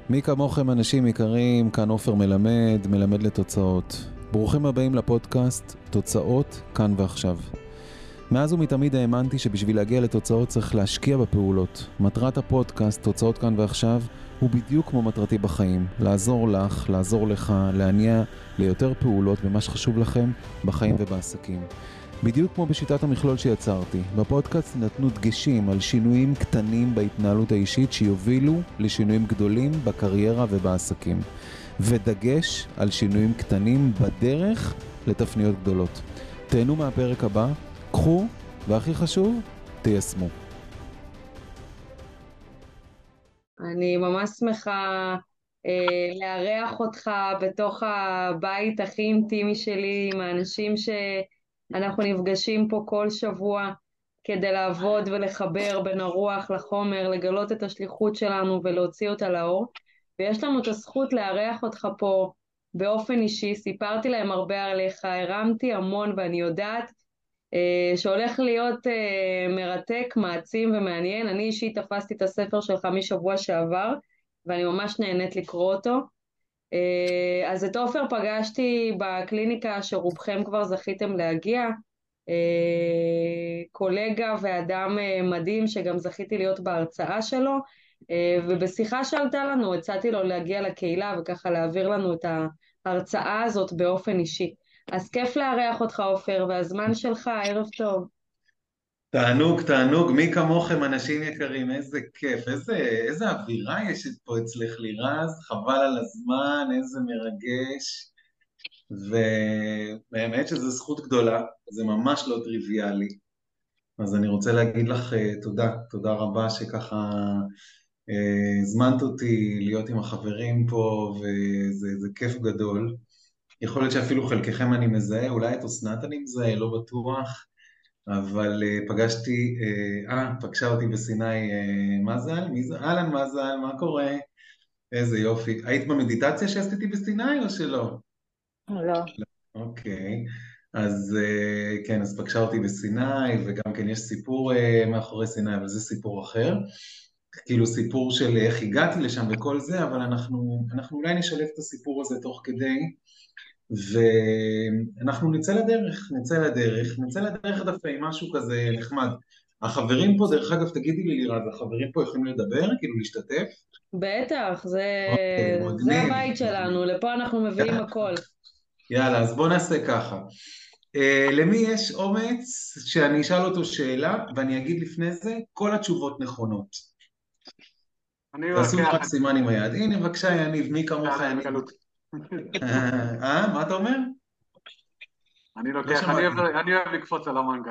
מי כמוכם אנשים יקרים, כאן עופר מלמד, מלמד לתוצאות. ברוכים הבאים לפודקאסט, תוצאות כאן ועכשיו. מאז ומתמיד האמנתי שבשביל להגיע לתוצאות צריך להשקיע בפעולות. מטרת הפודקאסט, תוצאות כאן ועכשיו, הוא בדיוק כמו מטרתי בחיים. לעזור לך, לעזור לך, להניע ליותר פעולות במה שחשוב לכם בחיים ובעסקים. בדיוק כמו בשיטת המכלול שיצרתי, בפודקאסט נתנו דגשים על שינויים קטנים בהתנהלות האישית שיובילו לשינויים גדולים בקריירה ובעסקים. ודגש על שינויים קטנים בדרך לתפניות גדולות. תהנו מהפרק הבא, קחו, והכי חשוב, תיישמו. אני ממש שמחה לארח אותך בתוך הבית הכי אינטימי שלי עם האנשים שאנחנו נפגשים פה כל שבוע כדי לעבוד ולחבר בין הרוח לחומר, לגלות את השליחות שלנו ולהוציא אותה לאור. ויש לנו את הזכות לארח אותך פה באופן אישי. סיפרתי להם הרבה עליך, הרמתי המון ואני יודעת שהולך להיות מרתק, מעצים ומעניין. אני אישית תפסתי את הספר שלך משבוע שעבר, ואני ממש נהנית לקרוא אותו. אז את עופר פגשתי בקליניקה שרובכם כבר זכיתם להגיע, קולגה ואדם מדהים שגם זכיתי להיות בהרצאה שלו, ובשיחה שעלתה לנו הצעתי לו להגיע לקהילה וככה להעביר לנו את ההרצאה הזאת באופן אישי. אז כיף לארח אותך עופר, והזמן שלך, ערב טוב. תענוג, תענוג, מי כמוכם אנשים יקרים, איזה כיף, איזה אווירה יש פה אצלך לירז, חבל על הזמן, איזה מרגש, ובאמת שזו זכות גדולה, זה ממש לא טריוויאלי, אז אני רוצה להגיד לך תודה, תודה רבה שככה הזמנת אותי להיות עם החברים פה, וזה כיף גדול, יכול להיות שאפילו חלקכם אני מזהה, אולי את אסנת אני מזהה, לא בטוח, אבל פגשה אותי בסיני מזל, אהלן מזל, מה קורה? איזה יופי. היית במדיטציה שעשיתי בסיני או שלא? לא. אוקיי, אז כן, אז פגשה אותי בסיני, וגם כן יש סיפור מאחורי סיני, אבל זה סיפור אחר. כאילו סיפור של איך הגעתי לשם וכל זה, אבל אנחנו אולי נשלב את הסיפור הזה תוך כדי, ואנחנו נצא לדרך, נצא לדרך דווקא עם משהו כזה נחמד. החברים פה, דרך אגב, תגידי לי לירז, החברים פה יכולים לדבר, כאילו להשתתף? בטח, אוקיי, זה מגניב. הבית שלנו, לפה אנחנו מביאים הכל. יאללה, אז בוא נעשה ככה. למי יש אומץ שאני אשאל אותו שאלה, ואני אגיד לפני זה, כל התשובות נכונות. אני תעשו לי לוקח רק סימן עם היד. הנה, בבקשה, יניב, מי כמוך את יניב? בקלות. מה אתה אומר? אני לא לוקח, שמעתי. אני אוהב לקפוץ על המנגל.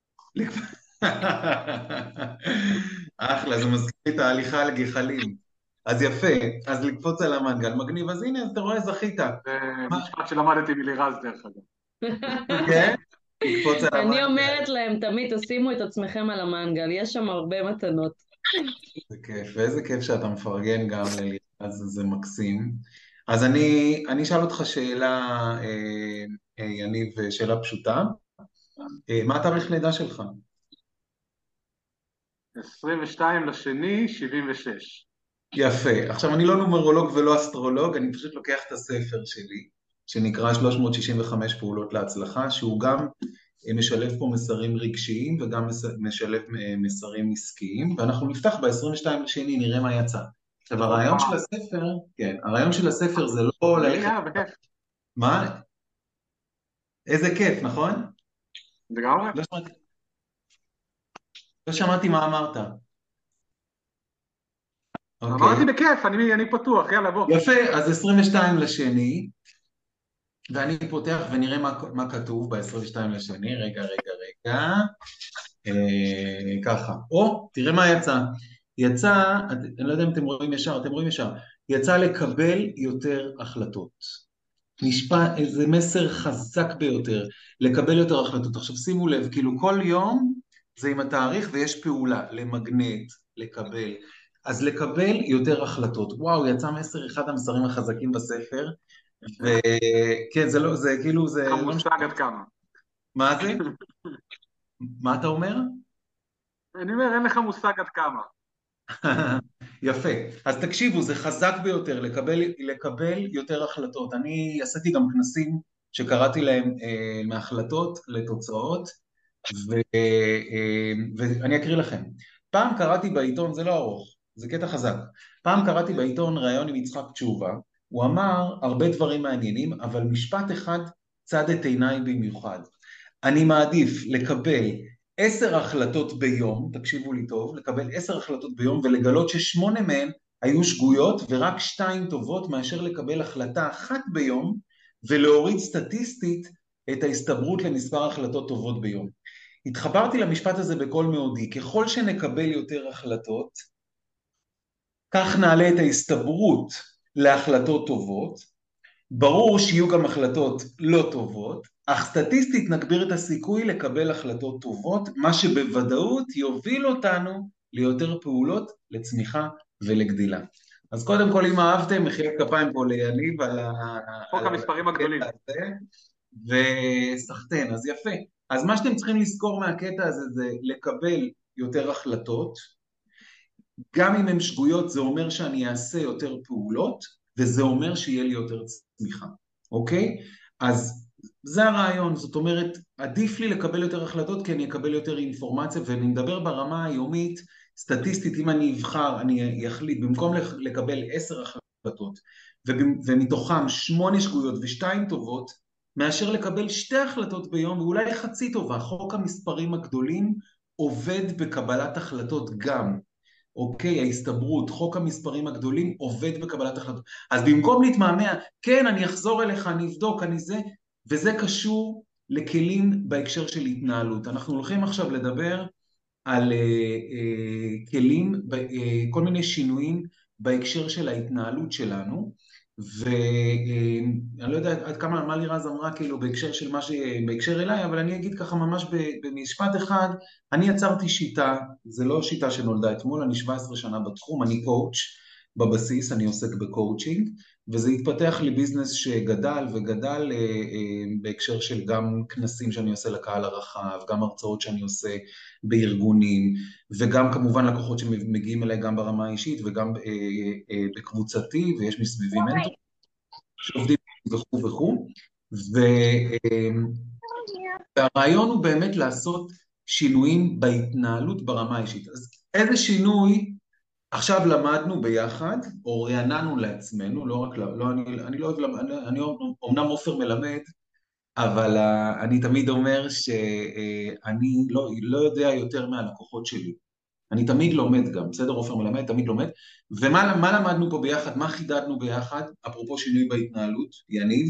אחלה, זה מזכיר לי את ההליכה על גחלים. אז יפה, אז לקפוץ על המנגל, מגניב, אז הנה, אז אתה רואה, זכית. זה מה, משפט שלמדתי מלירז דרך אגב. כן? לקפוץ על אני המנגל. אומרת להם תמיד, תשימו את עצמכם על המנגל, יש שם הרבה מתנות. זה כיף, ואיזה כיף שאתה מפרגן גם ללירז, זה מקסים. אז אני אשאל אותך שאלה, יניב, שאלה פשוטה. מה התאריך לידה שלך? 22 לשני 76. יפה. עכשיו, אני לא נומרולוג ולא אסטרולוג, אני פשוט לוקח את הספר שלי, שנקרא 365 פעולות להצלחה, שהוא גם משלב פה מסרים רגשיים וגם משלב מסרים עסקיים, ואנחנו נפתח ב-22 לשני, נראה מה יצא. עכשיו, הרעיון של הופה. הספר, כן, הרעיון של הספר זה לא ללכת... יאללה, בכיף. מה? איזה כיף, נכון? לגמרי. לא שמעתי, לא שמעתי מה אמרת. אוקיי. אמרתי בכיף, אני פתוח, יאללה בוא. יפה, אז 22 לשני, ואני פותח ונראה מה כתוב ב-22 לשני, רגע, ככה, תראה מה יצא, אני לא יודע אם אתם רואים ישר, אתם רואים ישר, יצא לקבל יותר החלטות, נשפע איזה מסר חזק ביותר, לקבל יותר החלטות, עכשיו שימו לב, כאילו כל יום זה עם התאריך ויש פעולה, למגנט, לקבל, אז לקבל יותר החלטות, וואו, יצא מסר אחד המסרים החזקים בספר, וכן, זה לא, זה כאילו, לך זה לא מושג משנה. עד כמה. מה זה? מה אתה אומר? אני אומר, אין לך מושג עד כמה. יפה. אז תקשיבו, זה חזק ביותר, לקבל יותר החלטות. אני עשיתי גם כנסים שקראתי להם מהחלטות לתוצאות, ואני אקריא לכם. פעם קראתי בעיתון, זה לא ארוך, זה קטע חזק. פעם קראתי בעיתון ראיון עם יצחק תשובה, הוא אמר הרבה דברים מעניינים, אבל משפט אחד צד את עיניי במיוחד. אני מעדיף לקבל 10 החלטות ביום, תקשיבו לי טוב, לקבל 10 החלטות ביום ולגלות ש8 מהן היו שגויות ורק 2 טובות, מאשר לקבל החלטה אחת ביום ולהוריד סטטיסטית את ההסתברות למספר החלטות טובות ביום. התחברתי למשפט הזה בכל מאודי, ככל שנקבל יותר החלטות, כך נעלה את ההסתברות להחלטות טובות, ברור שיהיו גם החלטות לא טובות, אך סטטיסטית נגביר את הסיכוי לקבל החלטות טובות, מה שבוודאות יוביל אותנו ליותר פעולות, לצמיחה ולגדילה. אז קודם כל, אם אהבתם, מחיאות כפיים פה ליניב על חוק המספרים הגדולים. וסחטן, אז יפה. אז מה שאתם צריכים לזכור מהקטע הזה זה לקבל יותר החלטות, גם אם הן שגויות זה אומר שאני אעשה יותר פעולות, וזה אומר שיהיה לי יותר צמיחה, אוקיי? אז זה הרעיון, זאת אומרת, עדיף לי לקבל יותר החלטות כי אני אקבל יותר אינפורמציה, ואני מדבר ברמה היומית, סטטיסטית, אם אני אבחר, אני אחליט, במקום לקבל 10 החלטות, ומתוכם 8 שגויות ו2 טובות, מאשר לקבל 2 החלטות ביום, ואולי חצי טובה. חוק המספרים הגדולים עובד בקבלת החלטות גם. אוקיי, ההסתברות, חוק המספרים הגדולים עובד בקבלת החלטות. אז במקום להתמהמה, כן, אני אחזור אליך, אני אבדוק, אני זה, וזה קשור לכלים בהקשר של התנהלות. אנחנו הולכים עכשיו לדבר על כלים, כל מיני שינויים בהקשר של ההתנהלות שלנו, ואני לא יודע עד כמה מה לירז אמרה כאילו בהקשר של מה בהקשר אליי, אבל אני אגיד ככה ממש במשפט אחד, אני יצרתי שיטה, זה לא שיטה שנולדה אתמול, אני 17 שנה בתחום, אני קואוץ' בבסיס, אני עוסק בקואוצ'ינג, וזה התפתח לי ביזנס שגדל וגדל בהקשר של גם כנסים שאני עושה לקהל הרחב, גם הרצאות שאני עושה בארגונים, וגם כמובן לקוחות שמגיעים אליי גם ברמה האישית וגם בקבוצתי, ויש מסביבי מנטור שעובדים וכו' וכו', והרעיון הוא באמת לעשות שינויים בהתנהלות ברמה האישית. אז איזה שינוי עכשיו למדנו ביחד, או רעננו לעצמנו, לא רק, אני לא אוהב, אני אומנם עופר מלמד, אבל אני תמיד אומר שאני לא יודע יותר מהלקוחות שלי. אני תמיד לומד גם, בסדר? עופר מלמד, תמיד לומד. ומה למדנו פה ביחד? מה חידדנו ביחד? אפרופו שינוי בהתנהלות, יניב?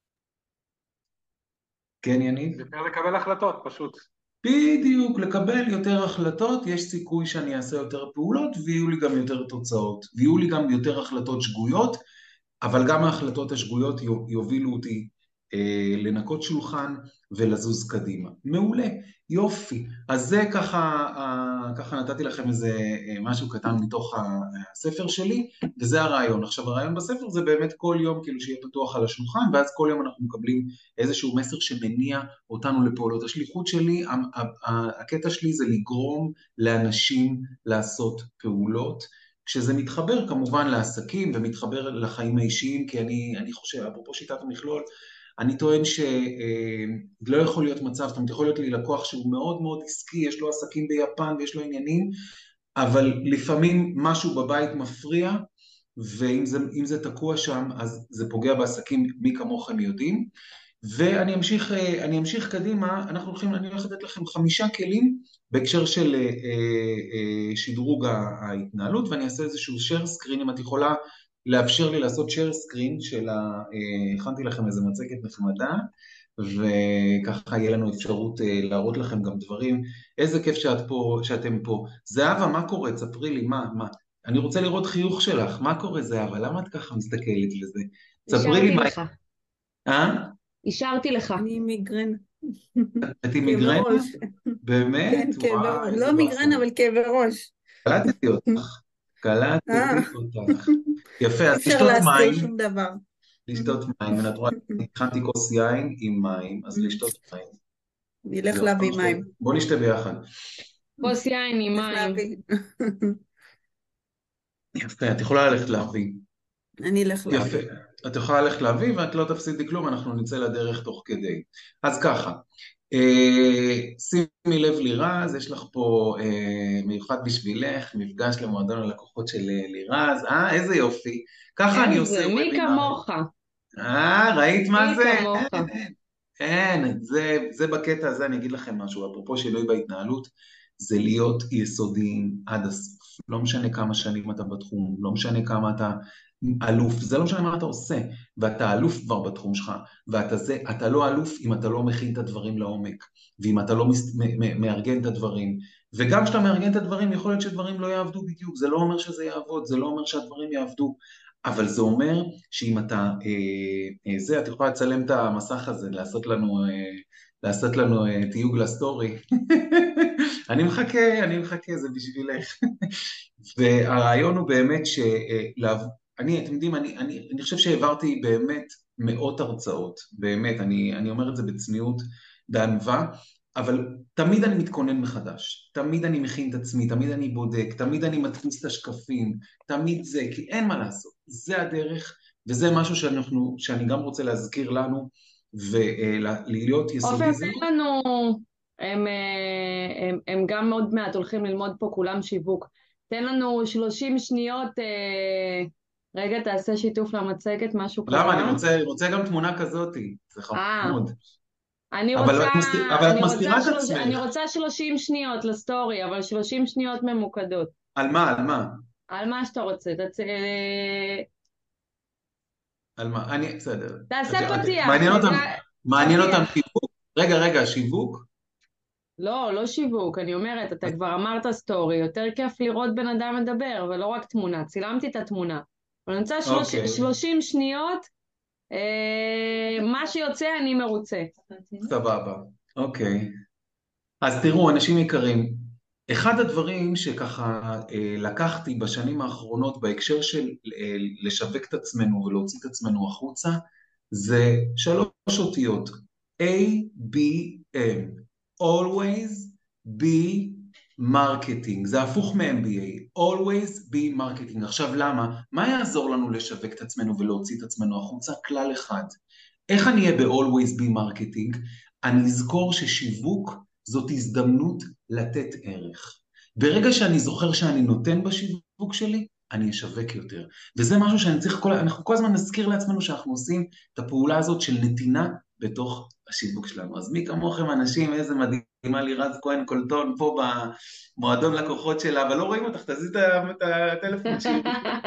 כן, יניב? יותר לקבל החלטות, פשוט. בדיוק, לקבל יותר החלטות, יש סיכוי שאני אעשה יותר פעולות, ויהיו לי גם יותר תוצאות, ויהיו לי גם יותר החלטות שגויות, אבל גם ההחלטות השגויות יובילו אותי לנקות שולחן ולזוז קדימה. מעולה, יופי. אז זה ככה נתתי לכם איזה משהו קטן מתוך הספר שלי, וזה הרעיון. עכשיו הרעיון בספר זה באמת כל יום כאילו שיהיה פתוח על השולחן, ואז כל יום אנחנו מקבלים איזשהו מסר שמניע אותנו לפעולות. השליחות שלי, הקטע שלי זה לגרום לאנשים לעשות פעולות, כשזה מתחבר כמובן לעסקים ומתחבר לחיים האישיים, כי אני חושב, אפרופו שיטת המכלול, אני טוען שלא יכול להיות מצב, זאת אומרת, יכול להיות לי לקוח שהוא מאוד מאוד עסקי, יש לו עסקים ביפן ויש לו עניינים, אבל לפעמים משהו בבית מפריע, ואם זה תקוע שם, אז זה פוגע בעסקים, מי כמוכם יודעים. ואני אמשיך קדימה, אני הולך לתת לכם 5 כלים בהקשר של שדרוג ההתנהלות, ואני אעשה איזשהו share screen, אם את יכולה לאפשר לי לעשות share screen הכנתי לכם איזה מצגת נחמדה, וככה יהיה לנו אפשרות להראות לכם גם דברים. איזה כיף שאתם פה. זהבה, מה קורה? תספרי לי, מה? אני רוצה לראות חיוך שלך, מה קורה זהבה? למה את ככה מסתכלת לזה? תספרי לי מה... השארתי לך. אני מיגרנה. את עם מיגרנה? באמת? כן, כאבי ראש. לא מיגרנה, אבל כאבי ראש. קלטתי אותך. יפה, אז אפשר להזכיר שום דבר. לשתות מים, ואת רואה, הכנתי כוס יין עם מים, אז לשתות מים. נלך להביא מים. בוא נשתה ביחד. כוס יין עם מים. יפה, את יכולה ללכת להביא. אני אלך יפה. להביא. את יכולה ללכת להביא ואת לא תפסידי כלום, אנחנו נצא לדרך תוך כדי. אז ככה, שימי לב לירז, יש לך פה מיוחד בשבילך, מפגש למועדון הלקוחות של לירז, איזה יופי. ככה אני עושה איזה, מי וובינארים. כמוך? ראית מה מי זה? כמוך? אין, זה בקטע הזה, אני אגיד לכם משהו, אפרופו שינוי בהתנהלות, זה להיות יסודיים עד הסוף. לא משנה כמה שנים אתה בתחום, לא משנה כמה אתה אלוף, זה לא משנה מה אתה עושה, ואתה אלוף כבר בתחום שלך, אתה לא אלוף אם אתה לא מכין את הדברים לעומק, ואם אתה לא מארגן את הדברים, וגם כשאתה מארגן את הדברים, יכול להיות שדברים לא יעבדו בדיוק, זה לא אומר שזה יעבוד, זה לא אומר שהדברים יעבדו, אבל זה אומר שאם אתה, את יכולה לצלם את המסך הזה, לעשות לנו תיוג לסטורי. אני מחכה, זה בשבילך. והרעיון הוא באמת אתם יודעים, אני חושב שהעברתי באמת מאות הרצאות, באמת, אני אומר את זה בצניעות, בענווה, אבל תמיד אני מתכונן מחדש, תמיד אני מכין את עצמי, תמיד אני בודק, תמיד אני מדפיס את השקפים, תמיד זה, כי אין מה לעשות, זה הדרך, וזה משהו שאני גם רוצה להזכיר לנו, ולהיות עופר, יסודי, תן לנו, הם גם עוד מעט הולכים ללמוד פה כולם שיווק. תן לנו 30 שניות, רגע, תעשה שיתוף למצגת, משהו למה? קרה. אני רוצה גם תמונה כזאת, זה אה, חמוד. אני אבל רוצה, את מסתירה את אני עצמך. רוצה 30 שניות לסטורי, אבל 30 שניות ממוקדות. על מה? על מה? על מה שאתה רוצה. על מה? בסדר. תעשה פתיח. מעניין פתיח. אותם שיווק? רגע, שיווק? לא, לא שיווק, אני אומרת, אתה כבר אמרת סטורי, יותר כיף לראות בן אדם מדבר, ולא רק תמונה, צילמתי את התמונה. אבל אני רוצה אוקיי. 30 שניות, מה שיוצא אני מרוצה. סבבה. אוקיי. אז תראו, אנשים יקרים, אחד הדברים שככה לקחתי בשנים האחרונות בהקשר של לשווק את עצמנו ולהוציא את עצמנו החוצה, זה 3 אותיות, ABM, always be marketing, זה הפוך מ-MBA, always be marketing. עכשיו למה? מה יעזור לנו לשווק את עצמנו ולהוציא את עצמנו החוצה? כלל אחד. איך אני אהיה ב-always be marketing? אני אזכור ששיווק זאת הזדמנות לתת ערך. ברגע שאני זוכר שאני נותן בשיווק שלי, אני אשווק יותר. וזה משהו אנחנו כל הזמן נזכיר לעצמנו שאנחנו עושים את הפעולה הזאת של נתינה בתוך השיווק שלנו. אז מי כמוכם אנשים, איזה מדהימה לירז כהן קולטון פה במועדון לקוחות שלה, אבל לא רואים אותך, תזיז את הטלפון שלי.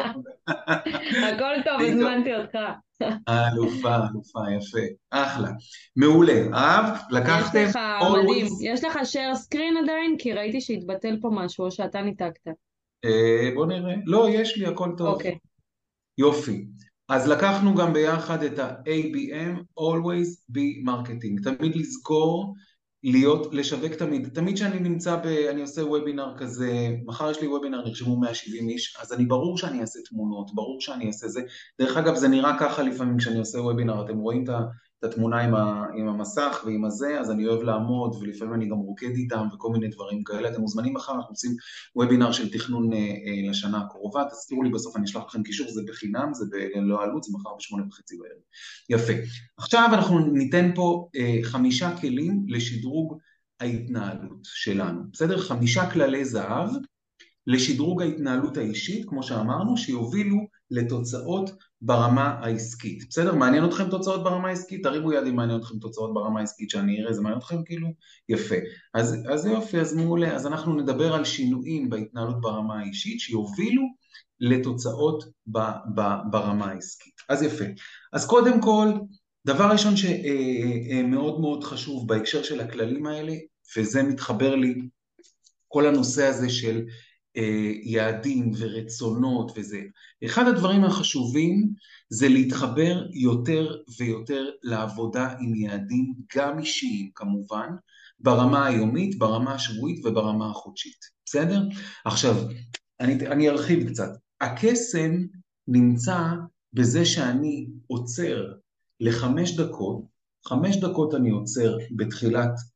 הכל טוב, הזמנתי אותך. אלופה, יפה, אחלה. מעולה, לקחתם? יש לך מדהים, יש לך share screen עדיין? כי ראיתי שהתבטל פה משהו, או שאתה ניתקת. בוא נראה. לא, יש לי, הכל טוב. אוקיי. יופי. אז לקחנו גם ביחד את ה-ABM, always be marketing. תמיד לזכור, לשווק תמיד שאני אני עושה וובינר כזה, מחר יש לי וובינר, נרשמו 170 איש, אז ברור שאני אעשה תמונות, ברור שאני אעשה זה. דרך אגב, זה נראה ככה לפעמים כשאני עושה וובינר, אתם רואים את התמונה עם המסך ועם הזה, אז אני אוהב לעמוד, ולפעמים אני גם רוקד איתם וכל מיני דברים כאלה. אתם מוזמנים מחר, אנחנו עושים וובינר של תכנון לשנה הקרובה, תזכירו לי בסוף, אני אשלח לכם קישור, זה בחינם, זה ללא עלות, זה מחר ב8:30 בערב. יפה. עכשיו אנחנו ניתן פה 5 כלים לשדרוג ההתנהלות שלנו, בסדר? 5 כללי זהב לשדרוג ההתנהלות האישית, כמו שאמרנו, שיובילו לתוצאות ברמה העסקית. בסדר? מעניין אתכם תוצאות ברמה העסקית? תריבו יד אם מעניין אתכם תוצאות ברמה העסקית שאני אראה, זה מעניין אתכם כאילו? יפה. אז יופי, אז מעולה. אז אנחנו נדבר על שינויים בהתנהלות ברמה האישית, שיובילו לתוצאות ברמה העסקית. אז יפה. אז קודם כל, דבר ראשון שמאוד מאוד חשוב בהקשר של הכללים האלה, וזה מתחבר לי כל הנושא הזה של יעדים ורצונות וזה. אחד הדברים החשובים זה להתחבר יותר ויותר לעבודה עם יעדים גם אישיים כמובן, ברמה היומית, ברמה השבועית וברמה החודשית. בסדר? עכשיו, אני ארחיב קצת. הקסם נמצא בזה שאני עוצר ל5 דקות, 5 דקות אני עוצר בתחילת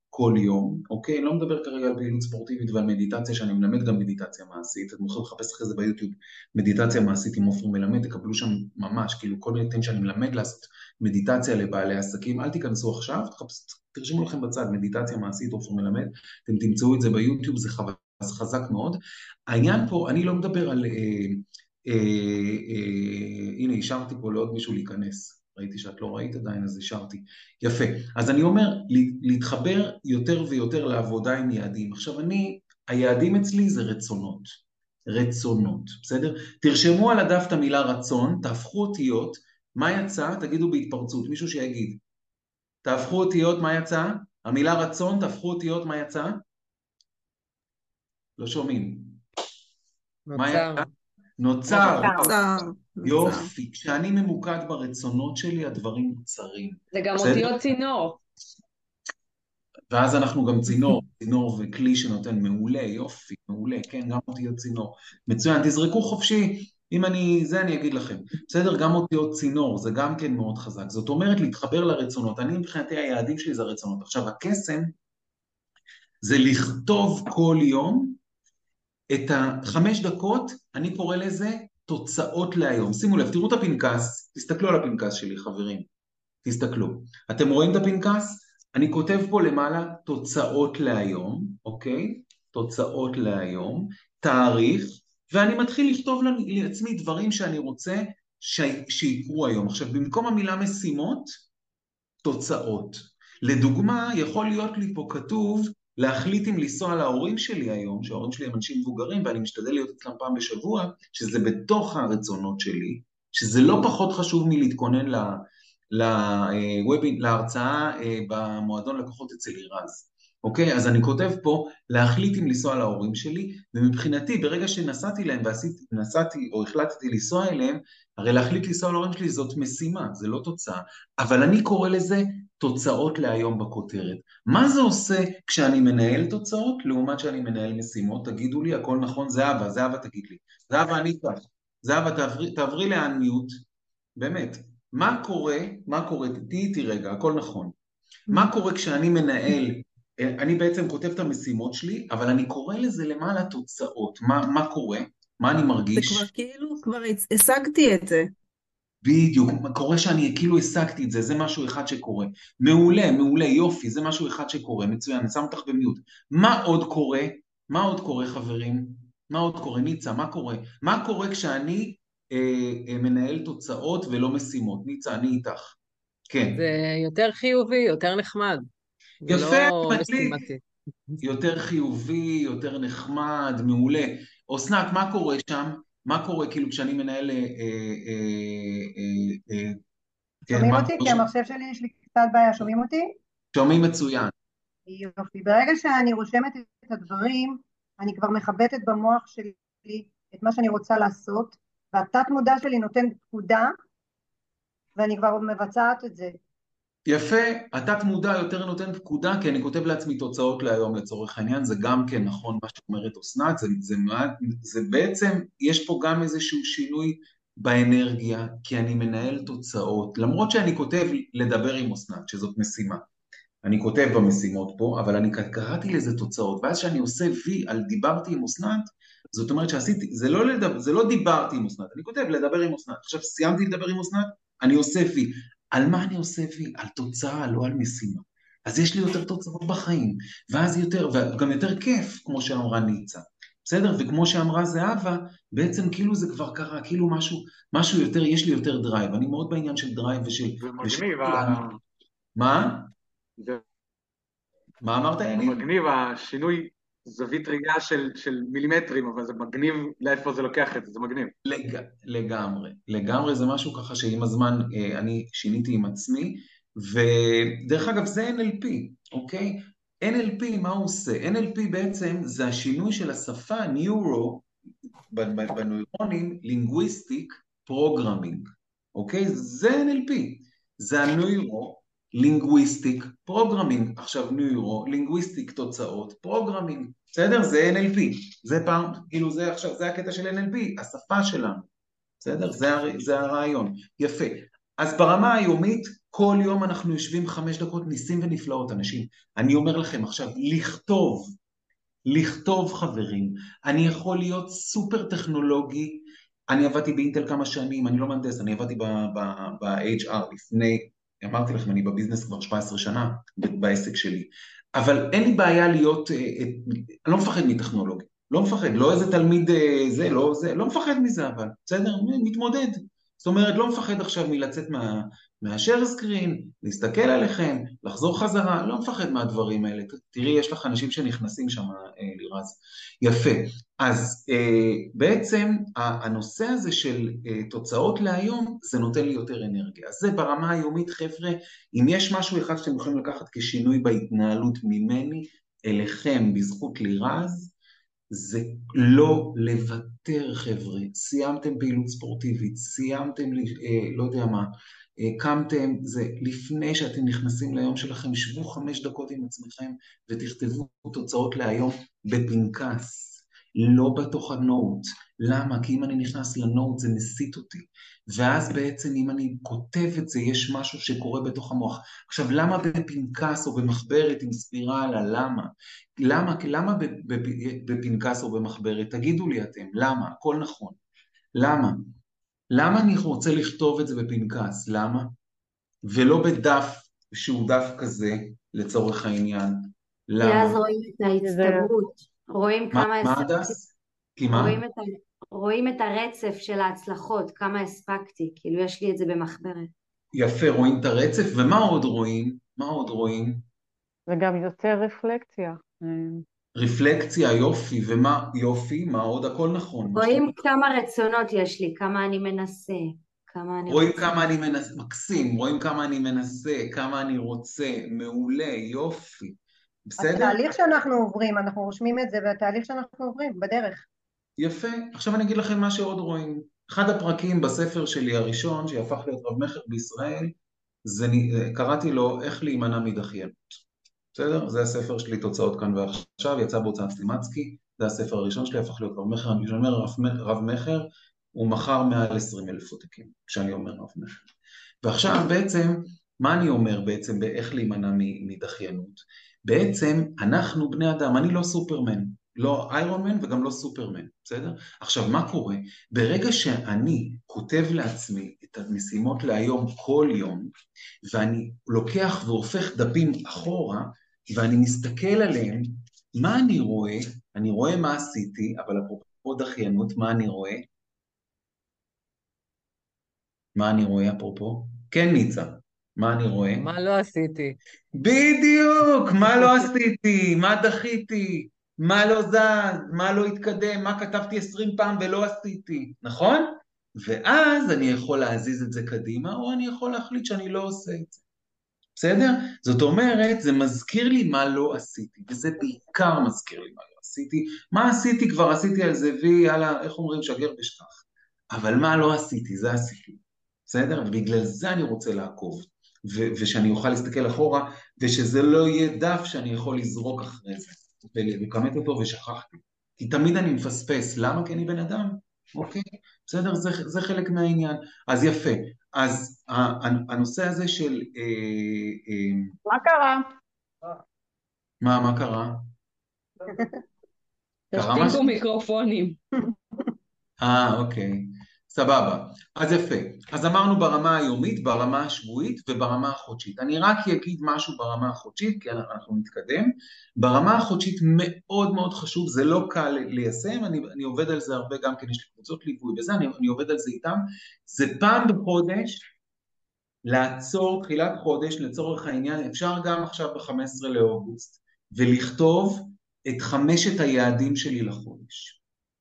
כל יום, אוקיי? אני לא מדבר כרגע על פעילות ספורטיבית ועל מדיטציה, שאני מלמד גם מדיטציה מעשית, אתם יכולים לחפש אחרי זה ביוטיוב, מדיטציה מעשית עם עופר מלמד, תקבלו שם ממש, כאילו כל מיני תאים שאני מלמד לעשות מדיטציה לבעלי עסקים, אל תיכנסו עכשיו, תרשמו לכם בצד, מדיטציה מעשית, עופר מלמד, אתם תמצאו את זה ביוטיוב, זה חזק מאוד. העניין פה, אני לא מדבר על, הנה, השארתי פה לעוד מישהו להיכנס. ראיתי שאת לא ראית עדיין, אז השארתי. יפה. אז אני אומר, להתחבר יותר ויותר לעבודה עם יעדים. עכשיו היעדים אצלי זה רצונות. רצונות, בסדר? תרשמו על הדף את המילה רצון, תהפכו אותיות, מה יצא? תגידו בהתפרצות, מישהו שיגיד. תהפכו אותיות, מה יצא? המילה רצון, תהפכו אותיות, מה יצא? לא שומעים. מה יצא? נוצר. יופי, כשאני ממוקד ברצונות שלי, הדברים נוצרים. זה גם אותיות צינור. ואז אנחנו גם צינור וכלי שנותן מעולה, יופי, מעולה, כן, גם אותיות צינור. מצוין, תזרקו חופשי, אם אני אגיד לכם. בסדר, גם אותיות צינור, זה גם כן מאוד חזק. זאת אומרת, להתחבר לרצונות. אני מבחינתי היעדים שלי זה הרצונות. עכשיו, הקסם זה לכתוב כל יום את 5 דקות, אני קורא לזה תוצאות להיום. שימו לב, תראו את הפנקס, תסתכלו על הפנקס שלי, חברים. תסתכלו. אתם רואים את הפנקס? אני כותב פה למעלה תוצאות להיום, אוקיי? תוצאות להיום, תאריך, ואני מתחיל לכתוב לעצמי דברים שאני רוצה שיקרו היום. עכשיו, במקום המילה משימות, תוצאות. לדוגמה, יכול להיות לי פה כתוב, להחליט אם לנסוע להורים שלי היום, שההורים שלי הם אנשים מבוגרים, ואני משתדל להיות אצלם פעם בשבוע, שזה בתוך הרצונות שלי, שזה לא פחות חשוב מלהתכונן להרצאה במועדון לקוחות אצל אירז. אוקיי? אז אני כותב פה, להחליט אם לנסוע להורים שלי, ומבחינתי, ברגע שנסעתי להם, נסעתי או החלטתי לנסוע אליהם, הרי להחליט לנסוע להורים שלי זאת משימה, זה לא תוצאה, אבל אני קורא לזה תוצאות להיום בכותרת. מה זה עושה כשאני מנהל תוצאות, לעומת שאני מנהל משימות? תגידו לי, הכל נכון, זהבה תגיד לי. זהבה, אני איתך. זהבה, תעברי לאנמיוט, באמת. מה קורה, תהיי איתי רגע, הכל נכון. מה קורה כשאני מנהל, אני בעצם כותב את המשימות שלי, אבל אני קורא לזה למעלה תוצאות. מה קורה? מה אני מרגיש? זה כבר כאילו, כבר השגתי את זה. בדיוק, קורה שאני כאילו השגתי את זה, זה משהו אחד שקורה. מעולה, יופי, זה משהו אחד שקורה, מצוין, אני שם אותך במיוט. מה עוד קורה, חברים? מה עוד קורה, ניצה, מה קורה? מה קורה כשאני מנהל תוצאות ולא משימות? ניצה, אני איתך. כן. זה יותר חיובי, יותר נחמד. יפה, לא מדליק. משימתי. יותר חיובי, יותר נחמד, מעולה. אסנת, מה קורה שם? מה קורה כאילו כשאני מנהל... שומעים אותי? כי המחשב שלי יש לי קצת בעיה, שומעים אותי? שומעים מצוין. יופי. ברגע שאני רושמת את הדברים, אני כבר מחבטת במוח שלי את מה שאני רוצה לעשות, והתת מודע שלי נותן פקודה, ואני כבר מבצעת את זה. יפה, התת מודע יותר נותן פקודה, כי אני כותב לעצמי תוצאות להיום לצורך העניין, זה גם כן נכון מה שאומרת אסנת, זה בעצם, יש פה גם איזשהו שינוי באנרגיה, כי אני מנהל תוצאות, למרות שאני כותב לדבר עם אסנת, שזאת משימה. אני כותב במשימות פה, אבל אני קראתי לזה תוצאות, ואז שאני עושה וי על דיברתי עם אסנת, זאת אומרת שעשיתי, זה לא דיברתי עם אסנת, אני כותב לדבר עם אסנת, עכשיו סיימתי לדבר עם אסנת, אני עושה וי. על מה אני עושה וי? על תוצאה, לא על משימה. אז יש לי יותר תוצאות בחיים, ואז וגם יותר כיף, כמו שאמרה ניצה. בסדר? וכמו שאמרה זהבה, בעצם כאילו זה כבר קרה, כאילו משהו יותר, יש לי יותר דרייב. אני מאוד בעניין של דרייב ושל... זה מגניב. מה? מה אמרת, יניב? מגניב, השינוי זווית ראייה של מילימטרים, אבל זה מגניב לאיפה זה לוקח את זה, זה מגניב. לגמרי זה משהו ככה שעם הזמן אני שיניתי עם עצמי, ודרך אגב זה NLP, אוקיי? NLP, מה הוא עושה? NLP בעצם זה השינוי של השפה, בנוירונים, Linguistic Programming, אוקיי? זה NLP, זה הנוירו, לינגוויסטיק פרוגרמינג, עכשיו לינגוויסטיק תוצאות פרוגרמינג, בסדר? זה NLP, זה פעם, כאילו זה עכשיו, זה הקטע של NLP, השפה שלנו, בסדר? זה הרעיון, יפה. אז ברמה היומית, כל יום אנחנו יושבים 5 דקות, ניסים ונפלאות אנשים. אני אומר לכם עכשיו, לכתוב חברים. אני יכול להיות סופר טכנולוגי, אני עבדתי באינטל כמה שנים, אני לא מהנדס, אני עבדתי ב-HR לפני, אמרתי לכם, אני בביזנס כבר 17 שנה, בעסק שלי, אבל אין לי בעיה להיות, אני לא מפחד מטכנולוגיה, לא מפחד, לא איזה תלמיד לא מפחד מזה, אבל בסדר, מתמודד. זאת אומרת, לא מפחד עכשיו מלצאת מהשאר סקרין, להסתכל עליכם, לחזור חזרה, לא מפחד מהדברים האלה. תראי, יש לך אנשים שנכנסים שם, לירז. יפה. אז בעצם הנושא הזה של תוצאות להיום, זה נותן לי יותר אנרגיה. אז זה ברמה היומית, חבר'ה, אם יש משהו אחד שאתם יכולים לקחת כשינוי בהתנהלות ממני, אליכם בזכות לירז, זה לא לוותר, חבר'ה. סיימתם פעילות ספורטיבית, סיימתם, לא יודע מה, קמתם, זה לפני שאתם נכנסים ליום שלכם, שבו 5 דקות עם עצמכם ותכתבו תוצאות להיום בפנקס, לא בתוך הנוט. למה? כי אם אני נכנס לנוט זה מסיט אותי, ואז בעצם אם אני כותב את זה יש משהו שקורה בתוך המוח. עכשיו למה בפנקס או במחברת עם ספירה על הלמה? למה בפנקס או במחברת? תגידו לי אתם, למה? הכל נכון. למה אני רוצה לכתוב את זה בפנקס? למה? ולא בדף שהוא דף כזה, לצורך העניין. כי אז למה? רואים את ההצטברות, רואים כמה מה הדס? כי מה? רואים את הרצף של ההצלחות, כמה הספקתי, כאילו יש לי את זה במחברת. יפה, רואים את הרצף, ומה עוד רואים? מה עוד רואים? וגם יוצר רפלקציה. רפלקציה, יופי, ומה יופי, מה עוד? הכל נכון. רואים כמה רצונות יש לי, כמה אני מנסה, כמה אני רואים רוצה. כמה אני מנסה, מקסים, רואים כמה אני מנסה, כמה אני רוצה, מעולה, יופי. בסדר? התהליך שאנחנו עוברים, אנחנו רושמים את זה, והתהליך שאנחנו עוברים בדרך. יפה. עכשיו אני אגיד לכם מה שעוד רואים. אחד הפרקים בספר שלי הראשון, שהפך להיות רב מכר בישראל, קראתי לו איך להימנע מדחיינות. בסדר? זה הספר שלי, תוצאות כאן ועכשיו, יצא בהוצאת סטימצקי, זה הספר הראשון שלי, הפך להיות רב מכר. אני אומר רב מכר, הוא מכר מעל 20,000 עותקים, כשאני אומר רב מכר. ועכשיו בעצם, מה אני אומר בעצם באיך להימנע מדחיינות? בעצם אנחנו בני אדם, אני לא סופרמן, לא איירון מן וגם לא סופרמן, בסדר? עכשיו מה קורה? ברגע שאני כותב לעצמי את המשימות להיום כל יום, ואני לוקח והופך דפים אחורה, ואני מסתכל עליהם, מה אני רואה? אני רואה מה עשיתי, אבל אפרופו דחיינות, מה אני רואה? מה אני רואה אפרופו? כן ניצה, מה אני רואה? מה לא עשיתי? בדיוק, מה לא עשיתי, מה דחיתי, מה לא זז, מה לא התקדם, מה כתבתי 20 פעם ולא עשיתי, נכון? ואז אני יכול להזיז את זה קדימה, או אני יכול להחליט שאני לא עושה את זה. בסדר? זאת אומרת, זה מזכיר לי מה לא עשיתי, וזה בעיקר מזכיר לי מה לא עשיתי. מה עשיתי? כבר עשיתי על זה וי, יאללה, איך אומרים, שגר ושכח. אבל מה לא עשיתי? זה עשיתי. בסדר? ובגלל זה אני רוצה לעקוב, ושאני אוכל להסתכל אחורה, ושזה לא יהיה דף שאני יכול לזרוק אחרי זה, ולקמת אותו ושכחתי. כי תמיד אני מפספס. למה? כי אני בן אדם. אוקיי? בסדר? זה חלק מהעניין. אז יפה. אז הנושא הזה של... מה קרה? מה קרה? קרה תשתיקו משהו? מיקרופונים. אוקיי. סבבה. אז יפה. אז אמרנו ברמה היומית, ברמה השבועית וברמה החודשית. אני רק אגיד משהו ברמה החודשית, כי אנחנו נתקדם. ברמה החודשית מאוד מאוד חשוב, זה לא קל ליישם, אני עובד על זה הרבה גם כן, יש לי קבוצות ליווי וזה, אני עובד על זה איתם. זה פעם בחודש, לעצור תחילת חודש, לצורך העניין, אפשר גם עכשיו ב-15 לאוגוסט, ולכתוב את 5 היעדים שלי לחודש.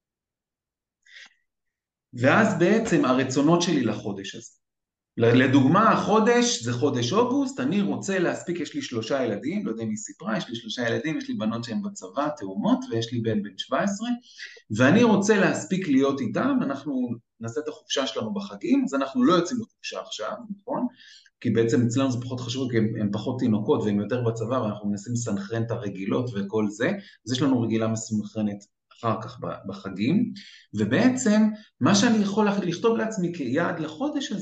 ואז בעצם הרצונות שלי לחודש הזה. לדוגמה, החודש זה חודש אוגוסט, אני רוצה להספיק, יש לי 3 ילדים, לא יודע מי סיפרה, יש לי 3 ילדים, יש לי בנות שהן בצבא, תאומות, ויש לי בן 17, ואני רוצה להספיק להיות איתם, אנחנו נעשה את החופשה שלנו בחגים, אז אנחנו לא יוצאים לחופשה עכשיו, נכון? כי בעצם אצלנו זה פחות חשוב, כי הם פחות תינוקות והם יותר בצבא, ואנחנו מנסים לסנכרן את הרגילות וכל זה, אז יש לנו רגילה מסונכרנת אחר כך בחגים, ובעצם מה שאני יכול לכתוב לעצמי כיעד לחודש הזה,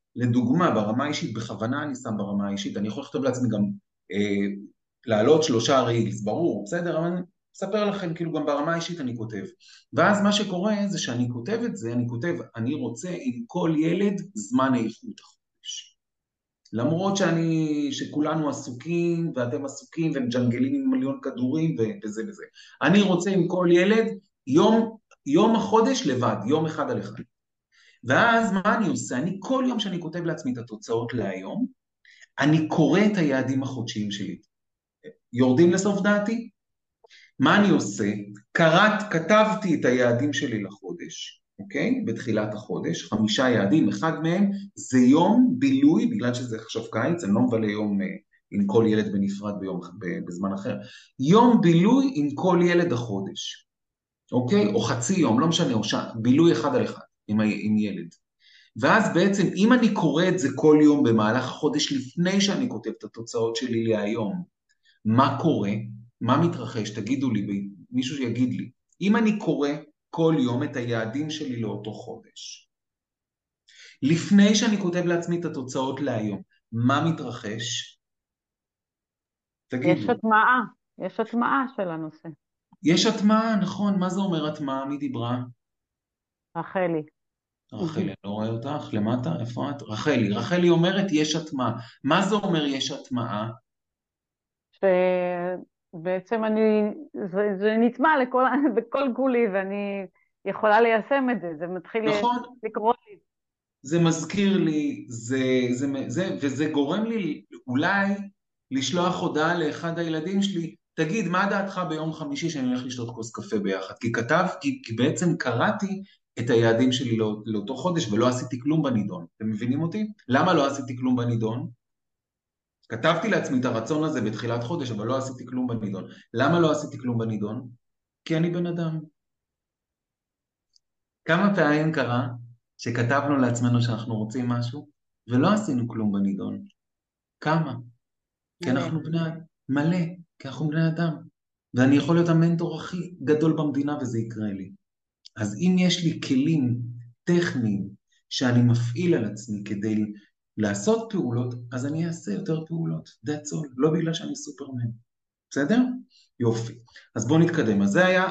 לדוגמה, ברמה האישית, בכוונה אני שם ברמה האישית, אני יכול לכתוב לעצמי גם להעלות 3 רילס, ברור, בסדר, אבל אני אספר לכם, כאילו גם ברמה האישית אני כותב. ואז מה שקורה זה שאני כותב את זה, אני כותב, אני רוצה עם כל ילד זמן איכות החודש. למרות שכולנו עסוקים, ואתם עסוקים, ומג'נגלים עם מיליון כדורים, וזה וזה. אני רוצה עם כל ילד יום החודש לבד, יום אחד על אחד. ואז מה אני עושה? אני כל יום שאני כותב לעצמי את התוצאות להיום, אני קורא את היעדים החודשיים שלי. יורדים לסוף דעתי? מה אני עושה? כתבתי את היעדים שלי לחודש, אוקיי? בתחילת החודש, 5 יעדים, אחד מהם זה יום בילוי, בגלל שזה עכשיו קיץ, אני לא מבלה יום עם כל ילד בנפרד בזמן אחר. יום בילוי עם כל ילד החודש, אוקיי? או חצי יום, לא משנה, בילוי אחד על אחד עם ילד. ואז בעצם אם אני קורא את זה כל יום במהלך החודש לפני שאני כותב את התוצאות שלי להיום, מה קורה? מה מתרחש? תגידו לי, מישהו שיגיד לי. אם אני קורא כל יום את היעדים שלי לאותו חודש, לפני שאני כותב לעצמי את התוצאות להיום, מה מתרחש? תגידו. יש הטמעה של הנושא. יש הטמעה, נכון. מה זה אומר הטמעה? מי דיברה? רחלי. רחלי, אני לא רואה אותך, למטה, איפה את? רחלי אומרת יש הטמעה. מה זה אומר יש הטמעה? שבעצם זה נטמע בכל גולי, ואני יכולה ליישם את זה, זה מתחיל נכון. לקרוא לי. זה מזכיר לי, וזה גורם לי אולי לשלוח הודעה לאחד הילדים שלי, תגיד, מה דעתך ביום חמישי שאני הולך לשתות כוס קפה ביחד? כי בעצם קראתי את היעדים שלי לאותו חודש ולא עשיתי כלום בנידון. אתם מבינים אותי? למה לא עשיתי כלום בנידון? כתבתי לעצמי את הרצון הזה בתחילת חודש, אבל לא עשיתי כלום בנידון. למה לא עשיתי כלום בנידון? כי אני בן אדם. כמה פעמים קרה שכתבנו לעצמנו שאנחנו רוצים משהו, ולא עשינו כלום בנידון? כמה? כי אנחנו מלא, כי אנחנו בני אדם. ואני יכול להיות המנטור הכי גדול במדינה, וזה יקרה לי. אז אם יש לי כלים טכניים שאני מפעיל על עצמי כדי לעשות פעולות, אז אני אעשה יותר פעולות. That's all. לא בגלל שאני סופרמן. בסדר? יופי. אז בואו נתקדם. אז זה היה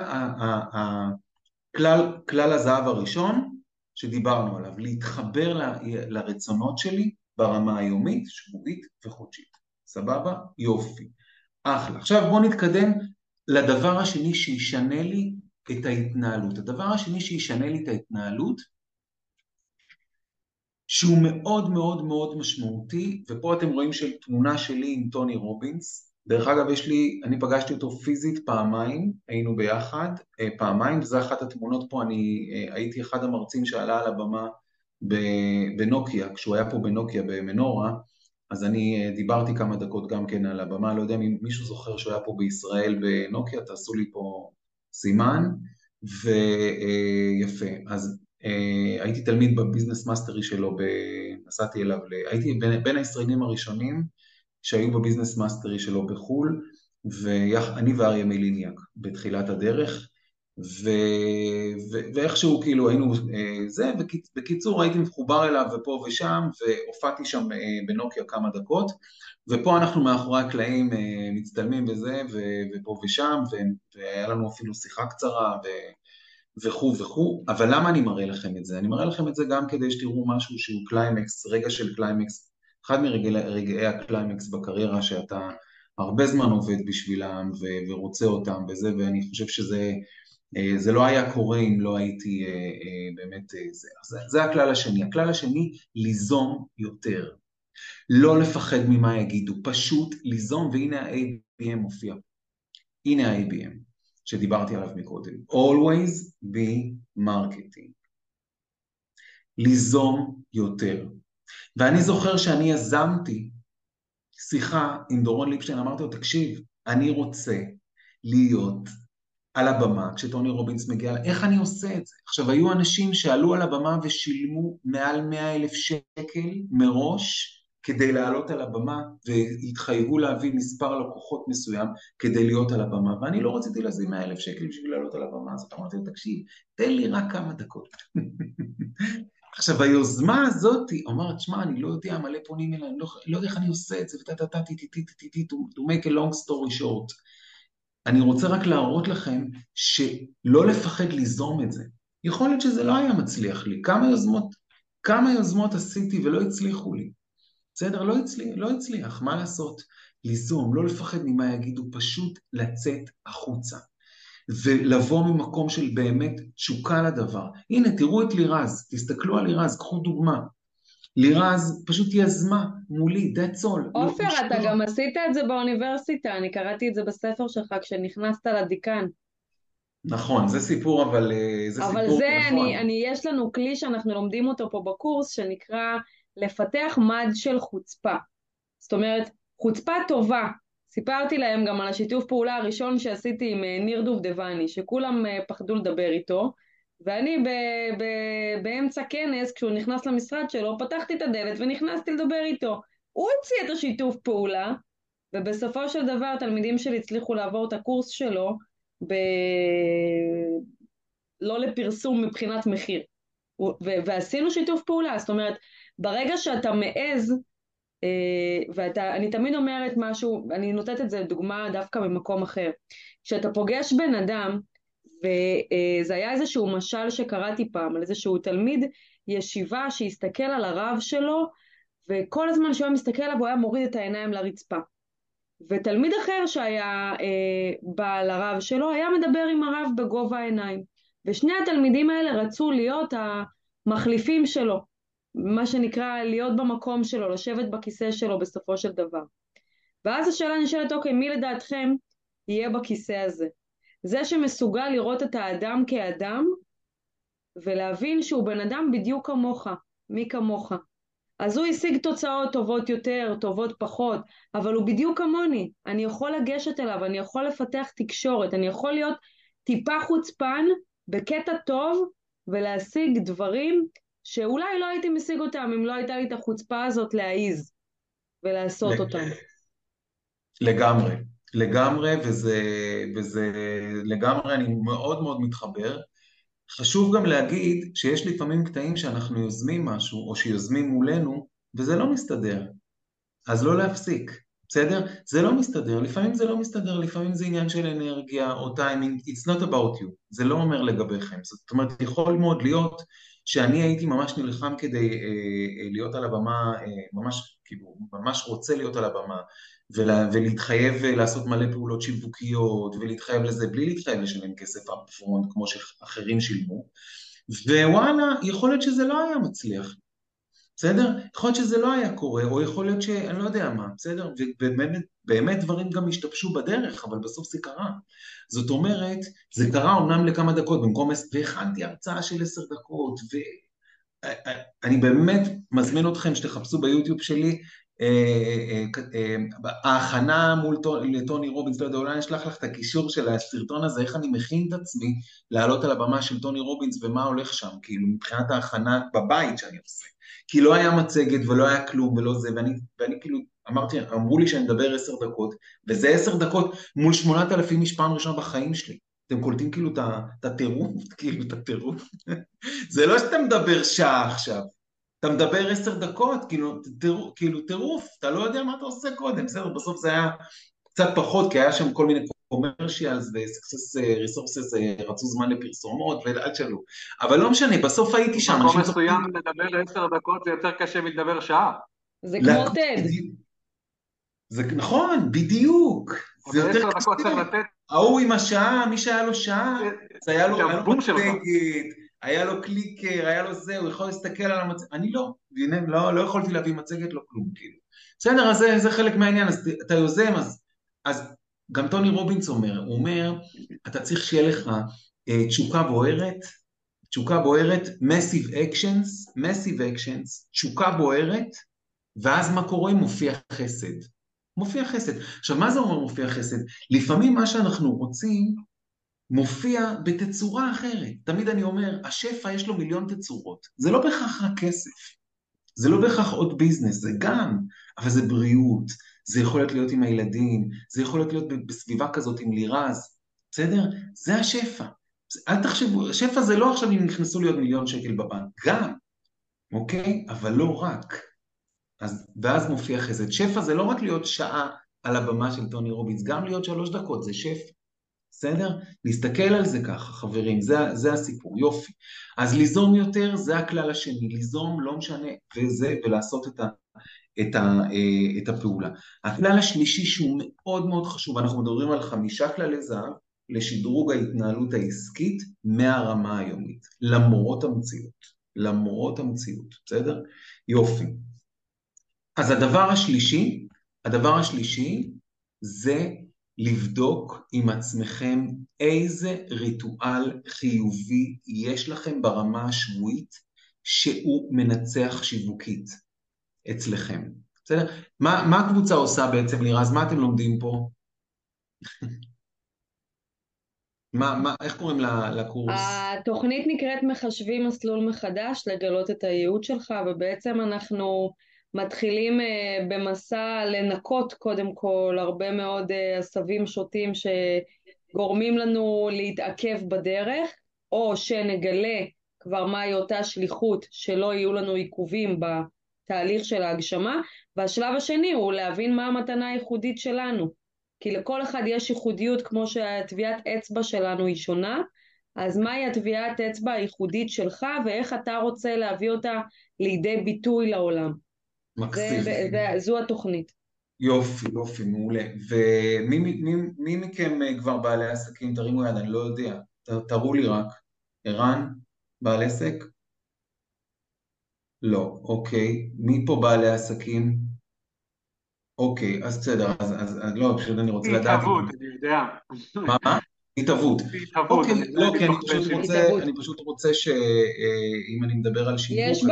כלל הזהב הראשון שדיברנו עליו, להתחבר לרצונות שלי ברמה היומית, שבועית וחודשית. סבבה? יופי. אחלה. עכשיו בואו נתקדם לדבר השני שישנה לי את ההתנהלות. הדבר השני שישנה לי את ההתנהלות, שהוא מאוד מאוד מאוד משמעותי, ופה אתם רואים של תמונה שלי עם טוני רובינס. דרך אגב, אני פגשתי אותו פיזית פעמיים, היינו ביחד פעמיים, וזה אחת התמונות פה, אני הייתי אחד המרצים שעלה על הבמה בנוקיה, כשהוא היה פה בנוקיה במנורה, אז אני דיברתי כמה דקות גם כן על הבמה, לא יודע אם מישהו זוכר שהוא היה פה בישראל בנוקיה, תעשו לי פה סימן, ויפה, אז הייתי תלמיד בביזנס מאסטרי שלו, נסעתי אליו, הייתי בין הישראלים הראשונים שהיו בביזנס מאסטרי שלו בחול, ואני ואריה מיליניאק בתחילת הדרך, ואיכשהו כאילו היינו זה, בקיצור הייתי מחובר אליו ופה ושם, והופעתי שם בנוקיה כמה דקות, ופה אנחנו מאחורי הקלעים מצטלמים בזה, ופה ושם, והיה לנו אפילו שיחה קצרה, וכו' וכו', אבל למה אני מראה לכם את זה? אני מראה לכם את זה גם כדי שתראו משהו שהוא קליימקס, רגע של קליימקס, אחד מרגעי הקליימקס בקריירה שאתה הרבה זמן עובד בשבילם ורוצה אותם וזה, ואני חושב שזה לא היה קורה אם לא הייתי באמת זה. זה הכלל השני. הכלל השני, ליזום יותר. לא לפחד ממה יגידו, פשוט ליזום, והנה ה-ABM מופיע. הנה ה-ABM. שדיברתי עליו מקודם. Always be marketing. ליזום יותר. ואני זוכר שאני יזמתי שיחה עם דורון ליפשטיין, אמרתי לו, תקשיב, אני רוצה להיות על הבמה, כשטוני רובינס מגיע, איך אני עושה את זה? עכשיו, היו אנשים שעלו על הבמה ושילמו מעל 100,000 שקל מראש, כדי לעלות על הבמה, והתחייבו להביא מספר לקוחות מסוים, כדי להיות על הבמה, ואני לא רציתי לשים 100,000 שקל בשביל לעלות על הבמה, אז אמרתי לו, תקשיב, תן לי רק כמה דקות. עכשיו, היוזמה הזאת, אומרת, שמע, אני לא יודע, מלא פונים אליי, אני לא יודע איך אני עושה את זה, to make a long story short. אני רוצה רק להראות לכם שלא לפחד ליזום את זה. יכול להיות שזה לא היה מצליח לי. כמה יוזמות עשיתי ולא הצליחו לי. בסדר? לא הצליח. מה לעשות? ליזום, לא לפחד ממה יגידו, פשוט לצאת החוצה. ולבוא ממקום של באמת תשוקה לדבר. הנה, תראו את לירז, תסתכלו על לירז, קחו דוגמה. לירז פשוט יזמה מולי, that's all. עופר, אתה גם עשית את זה באוניברסיטה, אני קראתי את זה בספר שלך כשנכנסת לדיקן. נכון, זה סיפור, אבל זה סיפור אבל זה, נכון. יש לנו כלי שאנחנו לומדים אותו פה בקורס, שנקרא לפתח מד של חוצפה. זאת אומרת, חוצפה טובה. סיפרתי להם גם על השיתוף פעולה הראשון שעשיתי עם ניר דובדבני, שכולם פחדו לדבר איתו, ואני באמצע כנס, כשהוא נכנס למשרד שלו, פתחתי את הדלת ונכנסתי לדבר איתו. הוא הציע את השיתוף פעולה, ובסופו של דבר התלמידים שלי הצליחו לעבור את הקורס שלו, לא לפרסום מבחינת מחיר. ועשינו שיתוף פעולה, זאת אומרת, ברגע שאתה מעז, ואני תמיד אומרת משהו, אני נותנת את זה דוגמה דווקא במקום אחר. כשאתה פוגש בן אדם, וזה היה איזשהו משל שקראתי פעם, על איזשהו תלמיד ישיבה שהסתכל על הרב שלו, וכל הזמן שהוא היה מסתכל עליו, הוא היה מוריד את העיניים לרצפה. ותלמיד אחר שהיה בא לרב שלו, היה מדבר עם הרב בגובה העיניים. ושני התלמידים האלה רצו להיות המחליפים שלו, מה שנקרא להיות במקום שלו, לשבת בכיסא שלו בסופו של דבר. ואז השאלה נשאלת, אוקיי, מי לדעתכם יהיה בכיסא הזה? זה שמסוגל לראות את האדם כאדם, ולהבין שהוא בן אדם בדיוק כמוך, מי כמוך. אז הוא השיג תוצאות טובות יותר, טובות פחות, אבל הוא בדיוק כמוני. אני יכול לגשת אליו, אני יכול לפתח תקשורת, אני יכול להיות טיפה חוצפן, בקטע טוב, ולהשיג דברים שאולי לא הייתי משיג אותם, אם לא הייתה לי את החוצפה הזאת להעיז, ולעשות אותם. לגמרי, וזה לגמרי, אני מאוד מאוד מתחבר. חשוב גם להגיד שיש לפעמים קטעים שאנחנו יוזמים משהו, או שיוזמים מולנו, וזה לא מסתדר. אז לא להפסיק, בסדר? זה לא מסתדר, לפעמים זה לא מסתדר, לפעמים זה עניין של אנרגיה או טיימינג, it's not about you, זה לא אומר לגביכם. זאת אומרת, יכול מאוד להיות שאני הייתי ממש נלחם כדי להיות על הבמה, ממש רוצה להיות על הבמה, ולהתחייב לעשות מלא פעולות שיווקיות, ולהתחייב לזה בלי להתחייב לשלם כסף upfront כמו שאחרים שילמו, ווואלה, יכול להיות שזה לא היה מצליח. בסדר? יכול להיות שזה לא היה קורה, או יכול להיות שאני לא יודע מה, בסדר? ובאמת דברים גם השתבשו בדרך, אבל בסוף זה קרה. זאת אומרת, זה קרה אומנם לכמה דקות, והכנתי הרצאה של 10 דקות, ואני באמת מזמין אתכם שתחפשו ביוטיוב שלי, ההכנה מול טוני רובינס, לא יודע, אולי אני אשלח לך את הקישור של הסרטון הזה, איך אני מכין את עצמי לעלות על הבמה של טוני רובינס, ומה הולך שם, כאילו מבחינת ההכנה בבית שאני עושה. כי לא היה מצגת ולא היה כלום ולא זה, ואני כאילו אמרו לי שאני מדבר 10 דקות, וזה 10 דקות מול 8,000 איש פעם ראשונה בחיים שלי. אתם קולטים כאילו את הטירוף, כאילו את הטירוף. זה לא שאתה מדבר שעה עכשיו, אתה מדבר 10 דקות, כאילו טירוף, אתה לא יודע מה אתה עושה קודם, בסדר, בסוף זה היה קצת פחות, כי היה שם כל מיני commercials ו-success resources רצו זמן לפרסומות ואל תשאלו, אבל לא משנה, בסוף הייתי שם. במקום מסוים לדבר 10 דקות זה יותר קשה מלדבר שעה. זה כמו טד. זה נכון, בדיוק. זה יותר קשה. ההוא עם השעה, מי שהיה לו שעה, זה היה לו מצגת, היה לו קליקר, היה לו זה, הוא יכול להסתכל על המצגת, אני לא יכולתי להביא מצגת, לא כלום, כאילו. בסדר, אז זה חלק מהעניין, אז אתה יוזם, אז גם טוני רובינס אומר, הוא אומר, אתה צריך שיהיה לך תשוקה בוערת, massive actions, תשוקה בוערת, ואז מה קורה? מופיע חסד. עכשיו, מה זה אומר מופיע חסד? לפעמים מה שאנחנו רוצים, מופיע בתצורה אחרת. תמיד אני אומר, השפע יש לו מיליון תצורות. זה לא בהכרח רק כסף. זה לא בהכרח עוד ביזנס, זה גם, אבל זה בריאות. זה יכול להיות עם הילדים, זה יכול להיות בסביבה כזאת עם לירז. בסדר? זה השפע. אל תחשבו, השפע זה לא עכשיו אם נכנסו להיות 1,000,000 שקל בבנק. גם. אוקיי? אבל לא רק. ואז מופיע חסד. שפע זה לא רק להיות שעה על הבמה של טוני רובינס, גם להיות 3 דקות, זה שפע. בסדר? להסתכל על זה ככה, חברים, זה הסיפור, יופי. אז ליזום יותר, זה הכלל השני, ליזום לא משנה, ולעשות את הפעולה. הכלל השלישי שהוא מאוד מאוד חשוב, אנחנו מדברים על 5 כללי זהב, לשדרוג ההתנהלות העסקית מהרמה היומית, למרות המציאות, בסדר? יופי. אז הדבר השלישי זה לבדוק עם עצמכם איזה ריטואל חיובי יש לכם ברמה השבועית שהוא מנצח שיווקית אצלכם. בסדר? מה הקבוצה עושה בעצם, לירז? מה אתם לומדים פה? איך קוראים לקורס? התוכנית נקראת מחשבים מסלול מחדש, לגלות את הייעוד שלך, ובעצם אנחנו מתחילים במסע לנקות קודם כל הרבה מאוד עשבים שוטים שגורמים לנו להתעכב בדרך, או שנגלה כבר מהי אותה שליחות שלא יהיו לנו עיכובים בתהליך של ההגשמה, והשלב השני הוא להבין מה המתנה הייחודית שלנו. כי לכל אחד יש ייחודיות, כמו שהטביעת אצבע שלנו היא שונה, אז מהי הטביעת אצבע הייחודית שלך, ואיך אתה רוצה להביא אותה לידי ביטוי לעולם. מקסים. זו התוכנית. יופי, מעולה. ומי מכם כבר בעלי עסקים? תרימו יד, אני לא יודע. תראו לי רק. ערן, בעל עסק? לא, אוקיי. מי פה בעלי עסקים? אוקיי, אז בסדר, אז לא, פשוט אני רוצה לדעת... התהוות, אני יודע. מה? התהוות. אוקיי, לא, כי אני פשוט רוצה שאם אני מדבר על שיווק... יש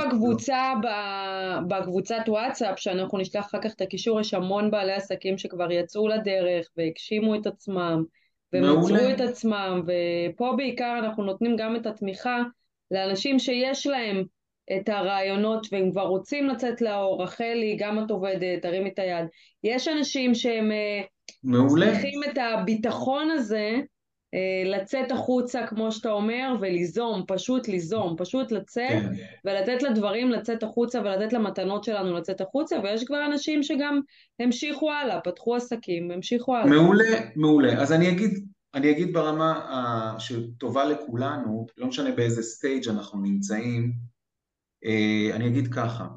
בקבוצת וואטסאפ, שאנחנו נשלח אחר כך את הקישור, יש המון בעלי עסקים שכבר יצאו לדרך והגשימו את עצמם, ומצאו את עצמם, ופה בעיקר אנחנו נותנים גם את התמיכה לאנשים שיש להם את הרעיונות והם כבר רוצים לצאת לאור. רחלי, גם את עובדת, תרים את היד. יש אנשים שהם צריכים את הביטחון הזה, לצאת החוצה כמו שאתה אומר, וליזום, פשוט לצאת, ולתת לדברים לצאת החוצה, ולתת למתנות שלנו לצאת החוצה, ויש כבר אנשים שגם המשיכו הלאה, פתחו עסקים, המשיכו הלאה. מעולה. אז אני אגיד ברמה שטובה לכולנו, לא משנה באיזה סטייג' אנחנו נמצאים, אני אגיד ככה,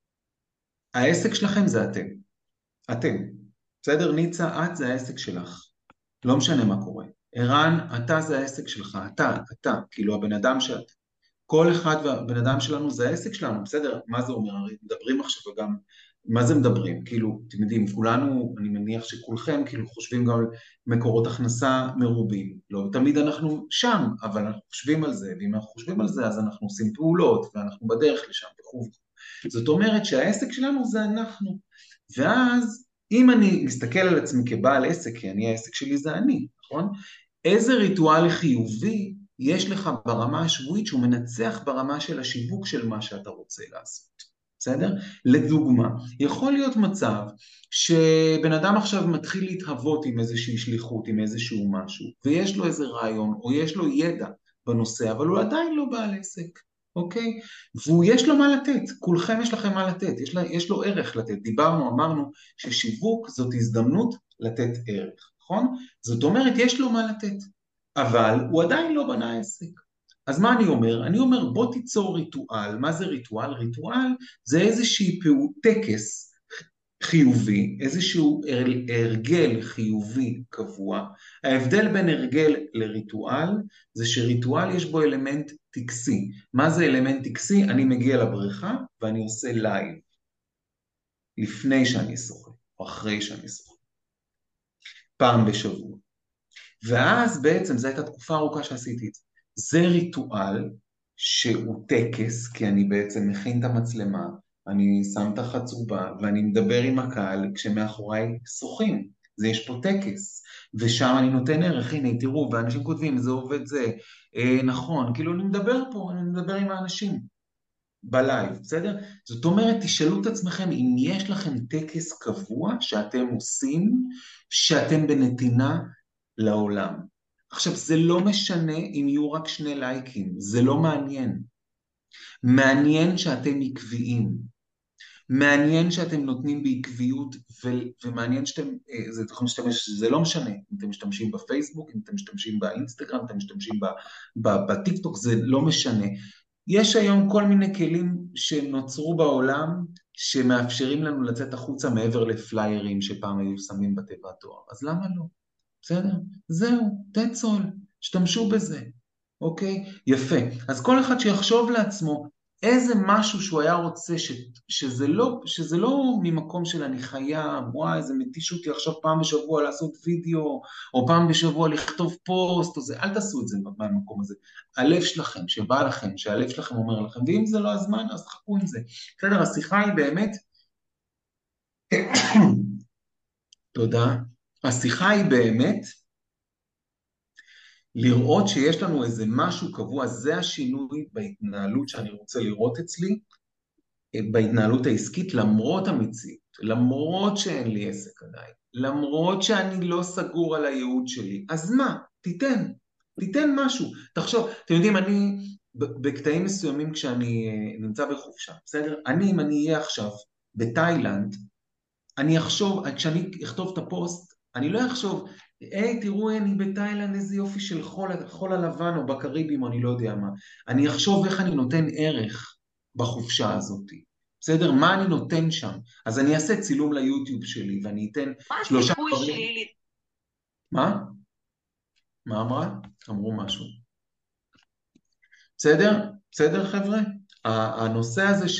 העסק שלכם זה אתם, בסדר? ניצה, את זה העסק שלך, לא משנה מה קורה. ערן, אתה זה העסק שלך, אתה, כאילו הבן אדם שאת. כל אחד והבן אדם שלנו זה העסק שלנו, בסדר? מה זה אומר? הרי מדברים עכשיו וגם, מה זה מדברים? כאילו, אתם יודעים, כולנו, אני מניח שכולכם כאילו חושבים גם על מקורות הכנסה מרובים. לא תמיד אנחנו שם, אבל אנחנו חושבים על זה, ואם אנחנו חושבים על זה, אז אנחנו עושים פעולות, ואנחנו בדרך לשם וכו'. זאת אומרת שהעסק שלנו זה אנחנו. ואז, אם אני מסתכל על עצמי כבעל עסק, כי העסק שלי זה אני, נכון? איזה ריטואל חיובי יש לך ברמה השבועית שהוא מנצח ברמה של השיווק של מה שאתה רוצה לעשות, בסדר? לדוגמה, יכול להיות מצב שבן אדם עכשיו מתחיל להתהוות עם איזושהי שליחות, עם איזשהו משהו, ויש לו איזה רעיון, או יש לו ידע בנושא, אבל הוא עדיין לא בעל עסק, אוקיי? ויש לו מה לתת, כולכם יש לכם מה לתת, יש לו ערך לתת. אמרנו ששיווק זאת הזדמנות לתת ערך, נכון? זאת אומרת, יש לו מה לתת. אבל הוא עדיין לא בנה עסק. אז מה אני אומר? אני אומר, בוא תיצור ריטואל. מה זה ריטואל? ריטואל זה איזושהי טקס חיובי, איזשהו הרגל חיובי קבוע. ההבדל בין הרגל לריטואל זה שריטואל יש בו אלמנט טקסי. מה זה אלמנט טקסי? אני מגיע לבריכה ואני עושה לייב. לפני שאני שוחה, או אחרי שאני שוחה. פעם בשבוע. ואז בעצם זו הייתה תקופה ארוכה שעשיתי את זה. זה ריטואל שהוא טקס, כי אני בעצם מכין את המצלמה, אני שם את החצובה, ואני מדבר עם הקהל כשמאחוריי שוחים. יש פה טקס, ושם אני נותן ערך, הנה תראו, ואנשים כותבים, זה עובד זה, נכון, כאילו אני מדבר פה, אני מדבר עם האנשים בלייב, בסדר? זאת אומרת, תשאלו את עצמכם אם יש לכם טקס קבוע שאתם עושים, שאתם בנתינה לעולם. עכשיו, זה לא משנה אם יהיו רק 2 לייקים, זה לא מעניין. מעניין שאתם עקביים, מעניין שאתם נותנים בעקביות, ומעניין שאתם, זה, אתם יכולים להשתמש, זה לא משנה, אם אתם משתמשים בפייסבוק, אם אתם משתמשים באינסטגרם, אם אתם משתמשים בטיקטוק, זה לא משנה. יש היום כל מיני כלים שנוצרו בעולם, שמאפשרים לנו לצאת החוצה מעבר לפליירים שפעם היו שמים בתיבת דואר. אז למה לא? בסדר? זהו, that's all, השתמשו בזה, אוקיי? יפה. אז כל אחד שיחשוב לעצמו איזה משהו שהוא היה רוצה, שזה לא ממקום של אני חייב, וואי, איזה מתיש אותי עכשיו פעם בשבוע לעשות וידאו, או פעם בשבוע לכתוב פוסט, או זה, אל תעשו את זה מהמקום הזה. הלב שלכם, שבא לכם, שהלב שלכם אומר לכם, ואם זה לא הזמן, אז תחכו עם זה. בסדר, השיחה היא באמת, תודה, השיחה היא באמת, לראות שיש לנו איזה משהו קבוע, זה השינוי בהתנהלות שאני רוצה לראות אצלי, בהתנהלות העסקית, למרות המציאות, למרות שאין לי עסק עדיין, למרות שאני לא סגור על הייעוד שלי, אז מה? תיתן משהו. תחשוב, אתם יודעים, אני בקטעים מסוימים כשאני נמצא בחופשה, בסדר? אם אני אהיה עכשיו בתאילנד, אני אחשוב, כשאני אכתוב את הפוסט, אני לא אחשוב, היי, תראו, אני בתאילנד, איזה יופי של חול הלבן, או בקריבים, או אני לא יודע מה. אני אחשוב איך אני נותן ערך בחופשה הזאת. בסדר? מה אני נותן שם? אז אני אעשה צילום ליוטיוב שלי, ואני אתן 3 דברים. מה? מה אמרה? אמרו משהו. בסדר? בסדר, חבר'ה? הנושא הזה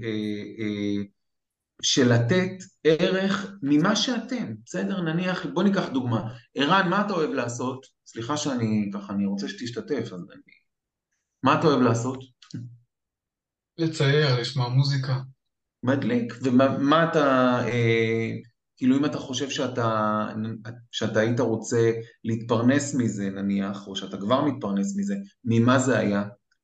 של לתת ערך ממה שאתם, בסדר? נניח, בוא ניקח דוגמה. ערן, מה אתה אוהב לעשות? סליחה שאני ככה, אני רוצה שתשתתף, אז מה אתה אוהב לעשות? לצייר, לשמוע מוזיקה. מדליק, ומה אתה, כאילו אם אתה חושב שאתה היית רוצה להתפרנס מזה נניח, או שאתה כבר מתפרנס מזה, ממה זה היה?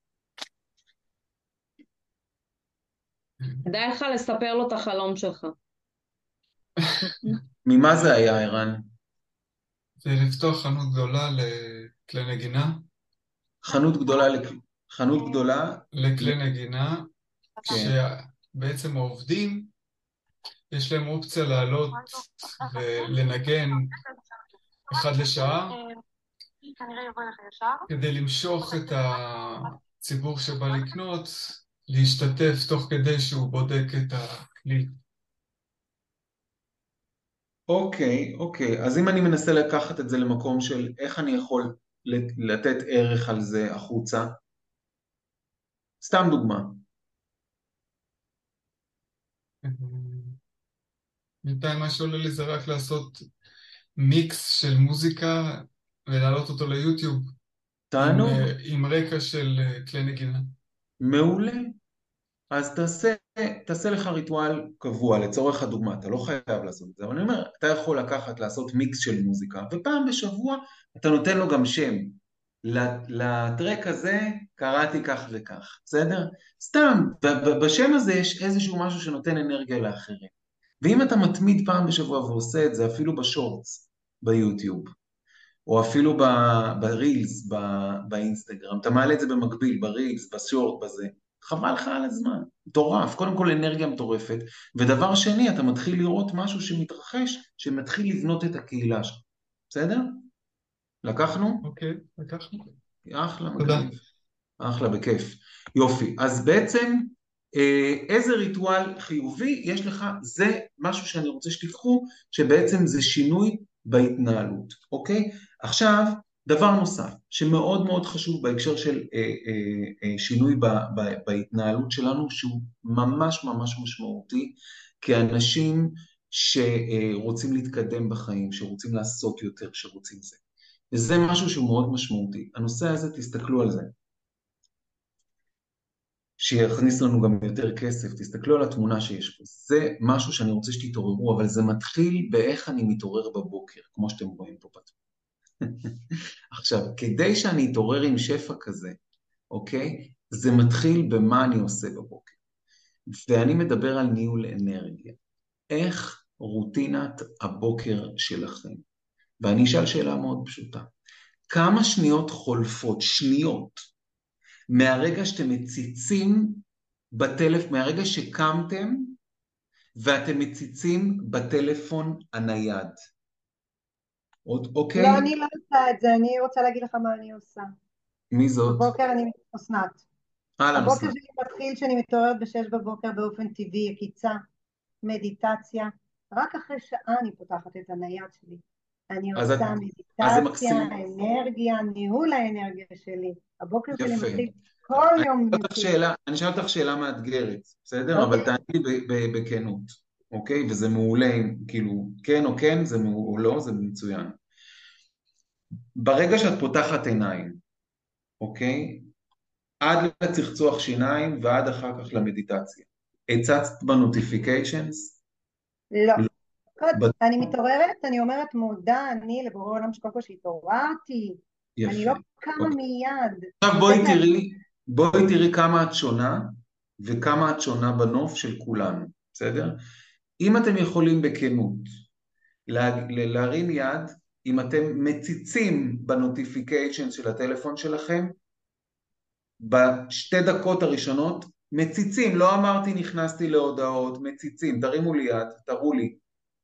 כדאי לך לספר לו את החלום שלך. ממה זה היה, ערן? זה לפתוח חנות גדולה לכלי נגינה. חנות גדולה לכלי נגינה, כן. שבעצם העובדים, יש להם אופציה לעלות ולנגן אחד לשעה, כדי למשוך את הציבור שבא לקנות, להשתתף תוך כדי שהוא בודק את הכלי. אוקיי, אז אם אני מנסה לקחת את זה למקום של איך אני יכול לתת ערך על זה החוצה, סתם דוגמה. בינתיים מה שעולה לי זה רק לעשות מיקס של מוזיקה ולהעלות אותו ליוטיוב. תענו? עם רקע של כלי נגינה. מעולה. אז תעשה לך ריטואל קבוע, לצורך הדוגמה, אתה לא חייב לעשות את זה, אבל אני אומר, אתה יכול לעשות מיקס של מוזיקה, ופעם בשבוע אתה נותן לו גם שם. לטרק הזה קראתי כך וכך, בסדר? סתם, בשם הזה יש איזשהו משהו שנותן אנרגיה לאחרים. ואם אתה מתמיד פעם בשבוע ועושה את זה, אפילו בשורטס, ביוטיוב, או אפילו ברילס, באינסטגרם, אתה מעלה את זה במקביל, ברילס, בשורט, בזה, חבל לך על הזמן, מטורף, קודם כל אנרגיה מטורפת, ודבר שני, אתה מתחיל לראות משהו שמתרחש, שמתחיל לבנות את הקהילה שלך, בסדר? לקחנו? אוקיי, לקחנו. אחלה, תודה. מגניב. אחלה, בכיף. יופי, אז בעצם איזה ריטואל חיובי יש לך, זה משהו שאני רוצה שתיקחו, שבעצם זה שינוי בהתנהלות, אוקיי? עכשיו, דבר נוסף, שמאוד מאוד חשוב בהקשר של שינוי בהתנהלות שלנו, שהוא ממש ממש משמעותי, כאנשים שרוצים להתקדם בחיים, שרוצים לעשות יותר, שרוצים זה. וזה משהו שהוא מאוד משמעותי. הנושא הזה, תסתכלו על זה. שיכניס לנו גם יותר כסף, תסתכלו על התמונה שיש פה. זה משהו שאני רוצה שתתעוררו, אבל זה מתחיל באיך אני מתעורר בבוקר, כמו שאתם רואים פה בתמונה. עכשיו, כדי שאני אתעורר עם שפע כזה, אוקיי? זה מתחיל במה אני עושה בבוקר. ואני מדבר על ניהול אנרגיה. איך רוטינת הבוקר שלכם? ואני אשאל שאלה מאוד פשוטה. כמה שניות חולפות, שניות, מהרגע שאתם מציצים מהרגע שקמתם, ואתם מציצים בטלפון הנייד. אוקיי? לא, אני לא עושה את זה, אני רוצה להגיד לך מה אני עושה. מי זאת? בבוקר אני אסנת. אהלן, הבוקר אסנת. שלי מתחיל שאני מתעוררת ב-6 בבוקר באופן טבעי, יקיצה, מדיטציה. רק אחרי שעה אני פותחת את הנייד שלי. אני אז עושה זה מדיטציה, מקסים. אנרגיה, ניהול האנרגיה שלי. הבוקר שלי יפה. מתחיל כל יום מתחיל. אני אשאל אותך שאלה מאתגרת, בסדר? אבל אוקיי. תעני לי בכנות, אוקיי? וזה מעולה, כאילו, כן או כן, או לא, זה מצוין. ברגע שאת פותחת עיניים, אוקיי? עד לצחצוח שיניים ועד אחר כך למדיטציה. הצצת בנוטיפיקיישנס? לא. ב- אני מתעוררת, אני אומרת מודה אני לבורא עולם שקודם כל שהתעוררתי. אני לא יפה. קמה מיד. עכשיו בואי תראי כמה את שונה, וכמה את שונה בנוף של כולנו, בסדר? אם אתם יכולים בכנות להרים יד, אם אתם מציצים בנוטיפיקיישן של הטלפון שלכם, בשתי דקות הראשונות, מציצים, לא אמרתי נכנסתי להודעות, מציצים, תרימו לי יד, תראו לי.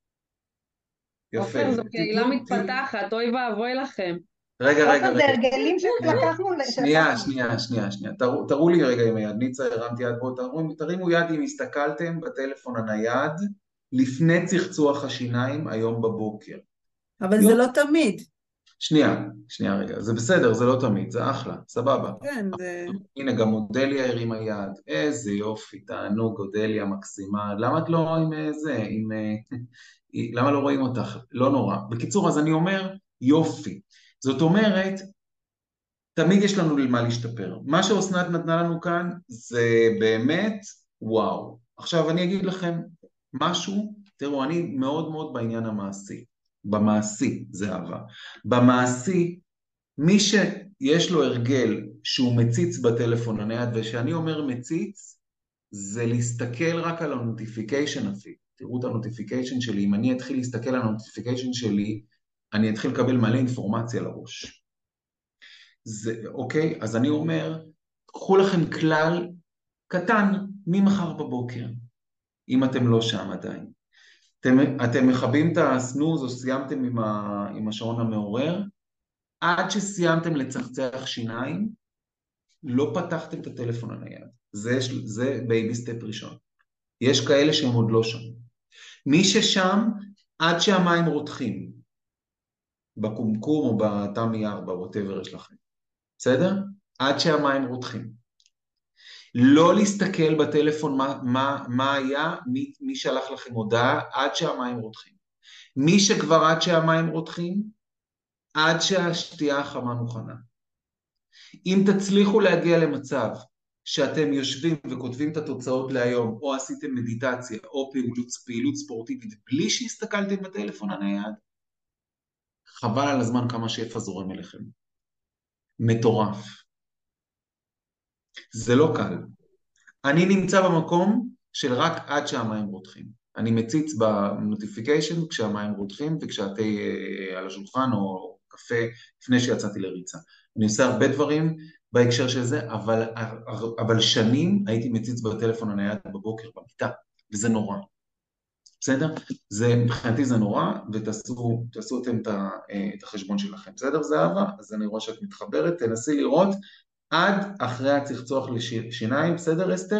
יפה. עופר, זו קהילה מתפתחת, אוי ואבוי לכם. רגע. עופר, זה הרגלים שלקחנו. שנייה. תראו לי רגע עם היד, ניצה, הרמתי יד, בואו תרימו יד אם הסתכלתם בטלפון הנייד לפני צחצוח השיניים היום בבוקר. אבל זה לא תמיד. שנייה רגע, זה בסדר, זה לא תמיד, זה אחלה, סבבה. כן, זה... הנה גם אודליה הרימה יד, איזה יופי, תענוג, אודליה מקסימה, למה את לא עם זה, למה לא רואים אותך? לא נורא. בקיצור, אז אני אומר, יופי. זאת אומרת, תמיד יש לנו למה להשתפר. מה שאסנת נתנה לנו כאן זה באמת וואו. עכשיו אני אגיד לכם משהו, תראו, אני מאוד מאוד בעניין המעשי. במעשי זה אהבה. במעשי, מי שיש לו הרגל שהוא מציץ בטלפון הנייד, ושאני אומר מציץ, זה להסתכל רק על הנוטיפיקיישן אפילו. תראו את הנוטיפיקיישן שלי, אם אני אתחיל להסתכל על הנוטיפיקיישן שלי, אני אתחיל לקבל מלא אינפורמציה לראש. אוקיי? אז אני אומר, קחו לכם כלל קטן ממחר בבוקר, אם אתם לא שם עדיין. אתם מכבים את הסנוז או סיימתם עם השעון המעורר, עד שסיימתם לצחצח שיניים, לא פתחתם את הטלפון הנייד. זה בייבי סטפ ראשון. יש כאלה שהם עוד לא שם. מי ששם, עד שהמים רותחים, בקומקום או בתמי 4, whatever יש לכם. בסדר? עד שהמים רותחים. לא להסתכל בטלפון מה היה, מי שלח לכם הודעה, עד שהמים רותחים. מי שכבר עד שהמים רותחים, עד שהשתייה החמה מוכנה. אם תצליחו להגיע למצב שאתם יושבים וכותבים את התוצאות להיום, או עשיתם מדיטציה, או פעילות ספורטיבית, בלי שהסתכלתם בטלפון הנייד, חבל על הזמן כמה שפע זורם אליכם. מטורף. זה לא קל. אני נמצא במקום של רק עד שהמים רותחים. אני מציץ בנוטיפיקיישן כשהמים רותחים, וכשהתה על השולחן או קפה לפני שיצאתי לריצה. אני עושה הרבה דברים בהקשר של זה, אבל שנים הייתי מציץ בטלפון הנייד בבוקר במיטה, וזה נורא. בסדר? מבחינתי זה נורא, ותעשו אתם את החשבון שלכם. בסדר? זה אהבה? אז אני רואה שאת מתחברת, תנסי לראות עד אחרי הצחצוח לשיניים, בסדר אסתר?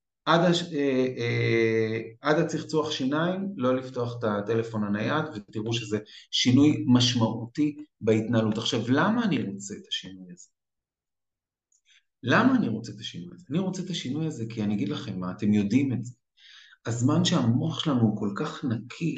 עד הצחצוח שיניים, לא לפתוח את הטלפון הנייד, ותראו שזה שינוי משמעותי בהתנהלות. עכשיו, למה אני רוצה את השינוי הזה? למה אני רוצה את השינוי הזה? אני רוצה את השינוי הזה כי אני אגיד לכם מה, אתם יודעים את זה. הזמן שהמוח שלנו הוא כל כך נקי,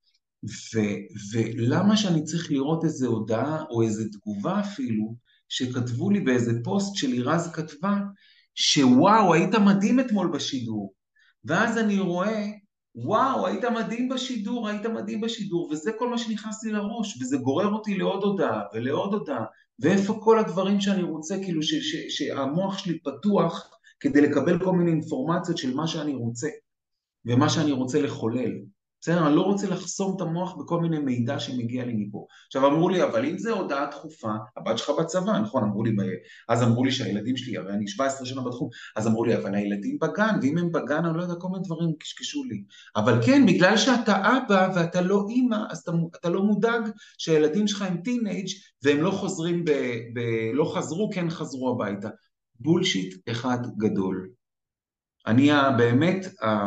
ולמה שאני צריך לראות איזו הודעה או איזו תגובה אפילו, שכתבו לי באיזה פוסט של לירז כתבה, שוואו, היית מדהים אתמול בשידור. ואז אני רואה, וואו, היית מדהים בשידור, וזה כל מה שנכנס לי לראש, וזה גורר אותי לעוד הודעה ולעוד הודעה, ואיפה כל הדברים שאני רוצה, כאילו שהמוח שלי פתוח, כדי לקבל כל מיני אינפורמציות של מה שאני רוצה, ומה שאני רוצה לחולל. בסדר, אני לא רוצה לחסום את המוח בכל מיני מידע שמגיע לי מפה. עכשיו אמרו לי, אבל אם זה הודעה דחופה, הבת שלך בצבא, נכון, אז אמרו לי שהילדים שלי, הרי אני 17 שנה בתחום, אז אמרו לי, אבל הילדים בגן, ואם הם בגן, אני לא יודע, כל מיני דברים קשקשו לי. אבל כן, בגלל שאתה אבא ואתה לא אימא, אז אתה לא מודאג שהילדים שלך הם טינאג' והם לא חוזרים, לא חזרו, כן חזרו הביתה. בולשיט אחד גדול. אני באמת,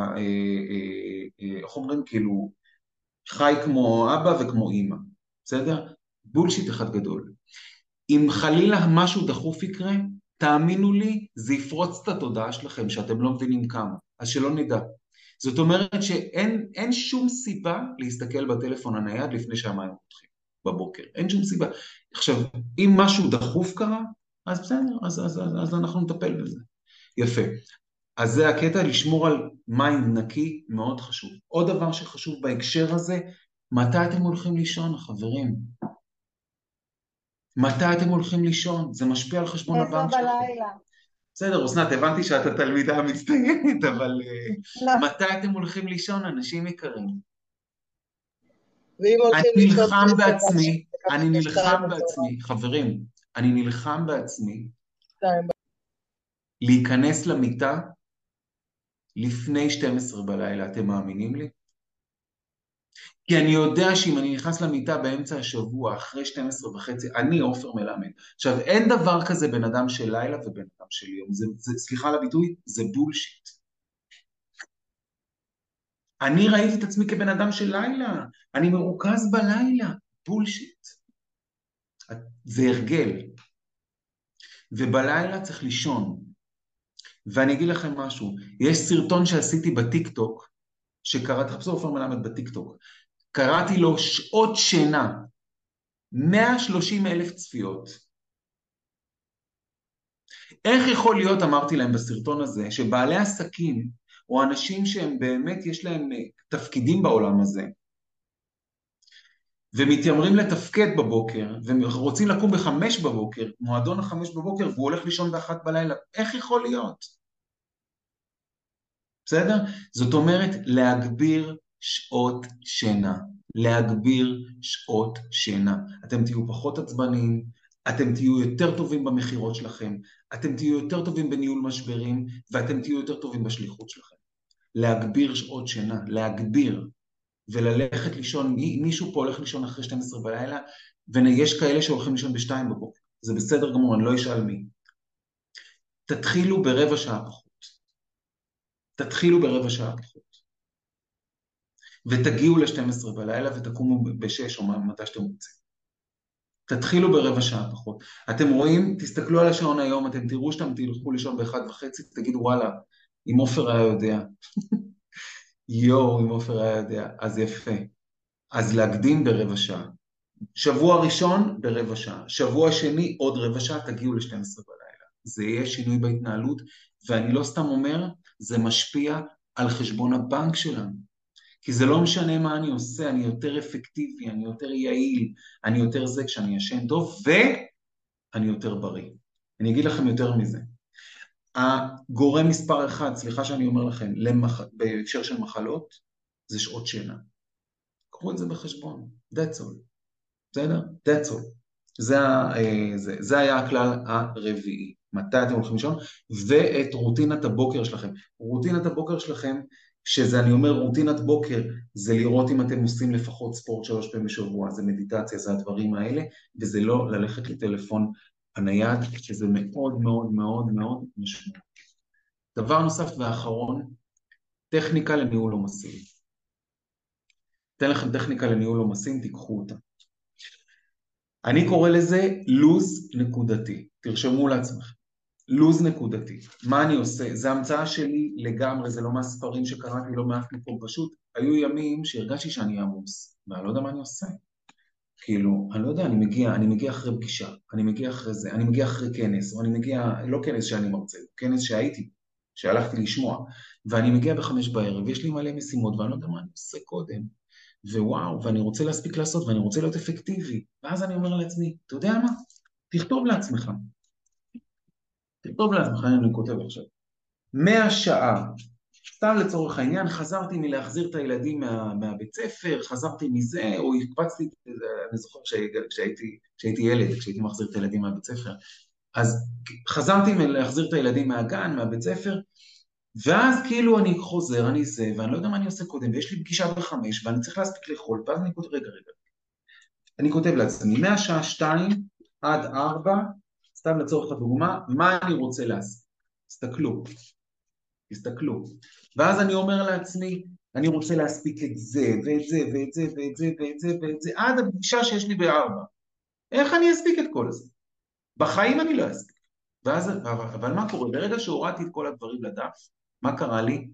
איך אומרים, כאילו, חי כמו אבא וכמו אימא, בסדר? בולשיט אחד גדול. אם חלילה משהו דחוף יקרה, תאמינו לי, זה יפרוץ את התודעה שלכם, שאתם לא מבינים כמה, אז שלא נדע. זאת אומרת שאין שום סיבה להסתכל בטלפון הנייד לפני שהמים פותחים בבוקר, אין שום סיבה. עכשיו, אם משהו דחוף קרה, אז בסדר, אז אנחנו נטפל בזה. יפה. אז זה הקטע, לשמור על מים נקי, מאוד חשוב. עוד דבר שחשוב בהקשר הזה, מתי אתם הולכים לישון, חברים? מתי אתם הולכים לישון? זה משפיע על חשבון הבנק שלכם. 10 בלילה. בסדר, אסנת, הבנתי שאת התלמידה המצטיינת, אבל לא. מתי אתם הולכים לישון, אנשים יקרים? ואם הולכים אני לישון, נלחם צריך בעצמי, לקחת אני נלחם בשתיים בעצמי, חברים, אני נלחם בעצמי בצהריים. להיכנס למיטה לפני 12 בלילה, אתם מאמינים לי? כי אני יודע שאם אני נכנס למיטה באמצע השבוע, אחרי 12:30, אני עופר מלמד. עכשיו, אין דבר כזה בן אדם של לילה ובן אדם של יום. סליחה על הביטוי, זה בולשיט. אני ראיתי את עצמי כבן אדם של לילה. אני מרוכז בלילה. בולשיט. זה הרגל. ובלילה צריך לישון. ואני אגיד לכם משהו. יש סרטון שעשיתי בטיקטוק, שקראתי, תחפשו עופר מלמד בטיקטוק. קראתי לו שעות שינה, 130,000 צפיות. איך יכול להיות, אמרתי להם בסרטון הזה, שבעלי עסקים, או אנשים שהם באמת יש להם תפקידים בעולם הזה, ומתיימרים לתפקד בבוקר, ורוצים לקום ב5 בבוקר, מועדון 5 בבוקר, והוא הולך לישון ב1 בלילה, איך יכול להיות? בסדר? זאת אומרת, להגביר שעות שינה. להגביר שעות שינה. אתם תהיו פחות עצבניים, אתם תהיו יותר טובים במחירות שלכם, אתם תהיו יותר טובים בניהול משברים, ואתם תהיו יותר טובים בשליחות שלכם. להגביר שעות שינה, להגביר, וללכת לישון, מישהו פה הולך לישון אחרי 12 בלילה, ויש כאלה שהולכים לישון ב2 בבוקר. זה בסדר גמור, אני לא אשאל מי. תתחילו ברבע שעה פחות. תתחילו ברבע שעה פחות. ותגיעו ל12 בלילה ותקומו ב6 או מתי שאתם רוצים. תתחילו ברבע שעה פחות. אתם רואים, תסתכלו על השעון היום, אתם תראו שאתם תלכו לישון ב1:30, תגידו וואלה, אם עופר היה יודע. אם עופר היה יודע, אז יפה. אז להקדים ברבע שעה. שבוע ראשון ברבע שעה. שבוע שני עוד רבע שעה, תגיעו ל12 בלילה. זה יהיה שינוי בהתנהלות, ואני לא סתם אומר, זה משפיע על חשבון הבנק שלנו. כי זה לא משנה מה אני עושה, אני יותר אפקטיבי, אני יותר יעיל, אני יותר זה כשאני ישן טוב, ואני יותר בריא. אני אגיד לכם יותר מזה. הגורם מספר 1, סליחה שאני אומר לכם, בהקשר של מחלות, זה שעות שינה. קחו את זה בחשבון, that's all. בסדר? that's all. זה היה הכלל הרביעי. מתי אתם הולכים לישון? ואת רוטינת הבוקר שלכם. רוטינת הבוקר שלכם, שזה אני אומר רוטינת בוקר, זה לראות אם אתם עושים לפחות ספורט 3 פעמים בשבוע, זה מדיטציה, זה הדברים האלה, וזה לא ללכת לטלפון הנייד, שזה מאוד מאוד מאוד מאוד משמעותי. דבר נוסף ואחרון, טכניקה לניהול עומסים. אתן לכם טכניקה לניהול עומסים, תיקחו אותה. אני קורא לזה לוז נקודתי, תרשמו לעצמכם. לוז נקודתי. מה אני עושה? זה המצאה שלי לגמרי, זה לא מהספרים שקראתי, לא מעט מקום פשוט. היו ימים שהרגשתי שאני עמוס, ואני לא יודע מה אני עושה. כאילו, אני לא יודע, אני מגיע אחרי פגישה, אני מגיע אחרי זה, אני מגיע אחרי כנס, או אני מגיע, לא כנס שאני מרצה, כנס שהייתי, שהלכתי לשמוע, ואני מגיע ב5 בערב, ויש לי מלא משימות, ואני לא יודע מה אני עושה קודם. ווואו, ואני רוצה להספיק לעשות, ואני רוצה להיות אפקטיבי. ואז אני אומר לעצמי, אתה יודע מה? תכתוב לעצמך. תכתוב לעצמך, אני כותב עכשיו. מהשעה סתם לצורך העניין, חזרתי מלהחזיר את הילדים מהבית ספר, חזרתי מזה, או הקפצתי, אני זוכר כשהייתי ילד, כשהייתי מחזיר את הילדים מהבית ספר, אז חזרתי מלהחזיר את הילדים מהגן, מהבית ספר, ואז כאילו אני חוזר, אני זה, ואני לא יודע מה אני עושה קודם, ויש לי פגישה ב5, ואני צריך להספיק לאכול, ואז אני כותב, רגע, אני כותב לעצמי, מהשעה 2 עד 4, סתם לצורך הדוגמה, מה אני רוצה לעשות? תסתכלו. ואז אני אומר לעצמי, אני רוצה להספיק את זה, ואת זה, ואת זה, ואת זה, ואת זה, ואת זה, עד הפגישה שיש לי ב4. איך אני אספיק את כל זה? בחיים אני לא אספיק. אבל מה קורה? ברגע שהורדתי את כל הדברים לדף, מה קרה לי?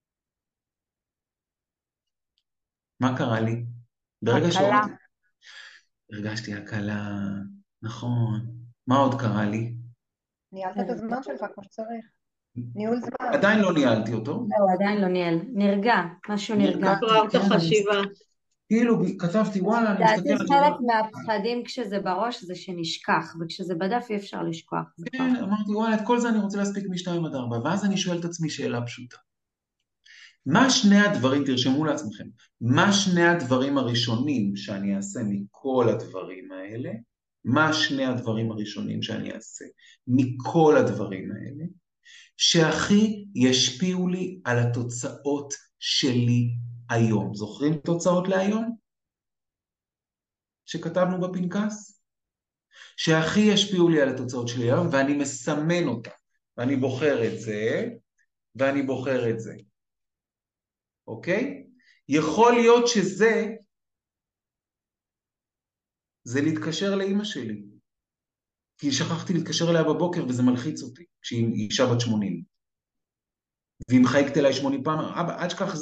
ברגע שהורדתי... הרגשתי הקלה, נכון. מה עוד קרה לי? ניהלת את הזמן שלך כמו שצריך. ניהול זמן. עדיין לא ניהלתי אותו. לא, עדיין לא ניהל. נרגע, משהו נרגע. הפרעת החשיבה. כאילו כתבתי, וואלה, אני לדעתי מסתכל על חלק מהפחדים כשזה בראש זה שנשכח, וכשזה בדף אי אפשר לשכוח. כן, אמרתי, וואלה, את כל זה אני רוצה להספיק מ2 עד 4, ואז אני שואל את עצמי שאלה פשוטה. מה שני הדברים, תרשמו לעצמכם, מה שני הדברים הראשונים שאני אעשה מכל הדברים האלה, שהכי ישפיעו לי על התוצאות שלי היום. זוכרים תוצאות להיום? שכתבנו בפנקס? שהכי ישפיעו לי על התוצאות שלי היום, ואני מסמן אותה, ואני בוחר את זה, ואני בוחר את זה. אוקיי? יכול להיות זה להתקשר לאמא שלי, כי שכחתי להתקשר אליה בבוקר וזה מלחיץ אותי, כשהיא אישה בת 80. והיא מחייגת אליי 80 פעם, אבא, עד שכח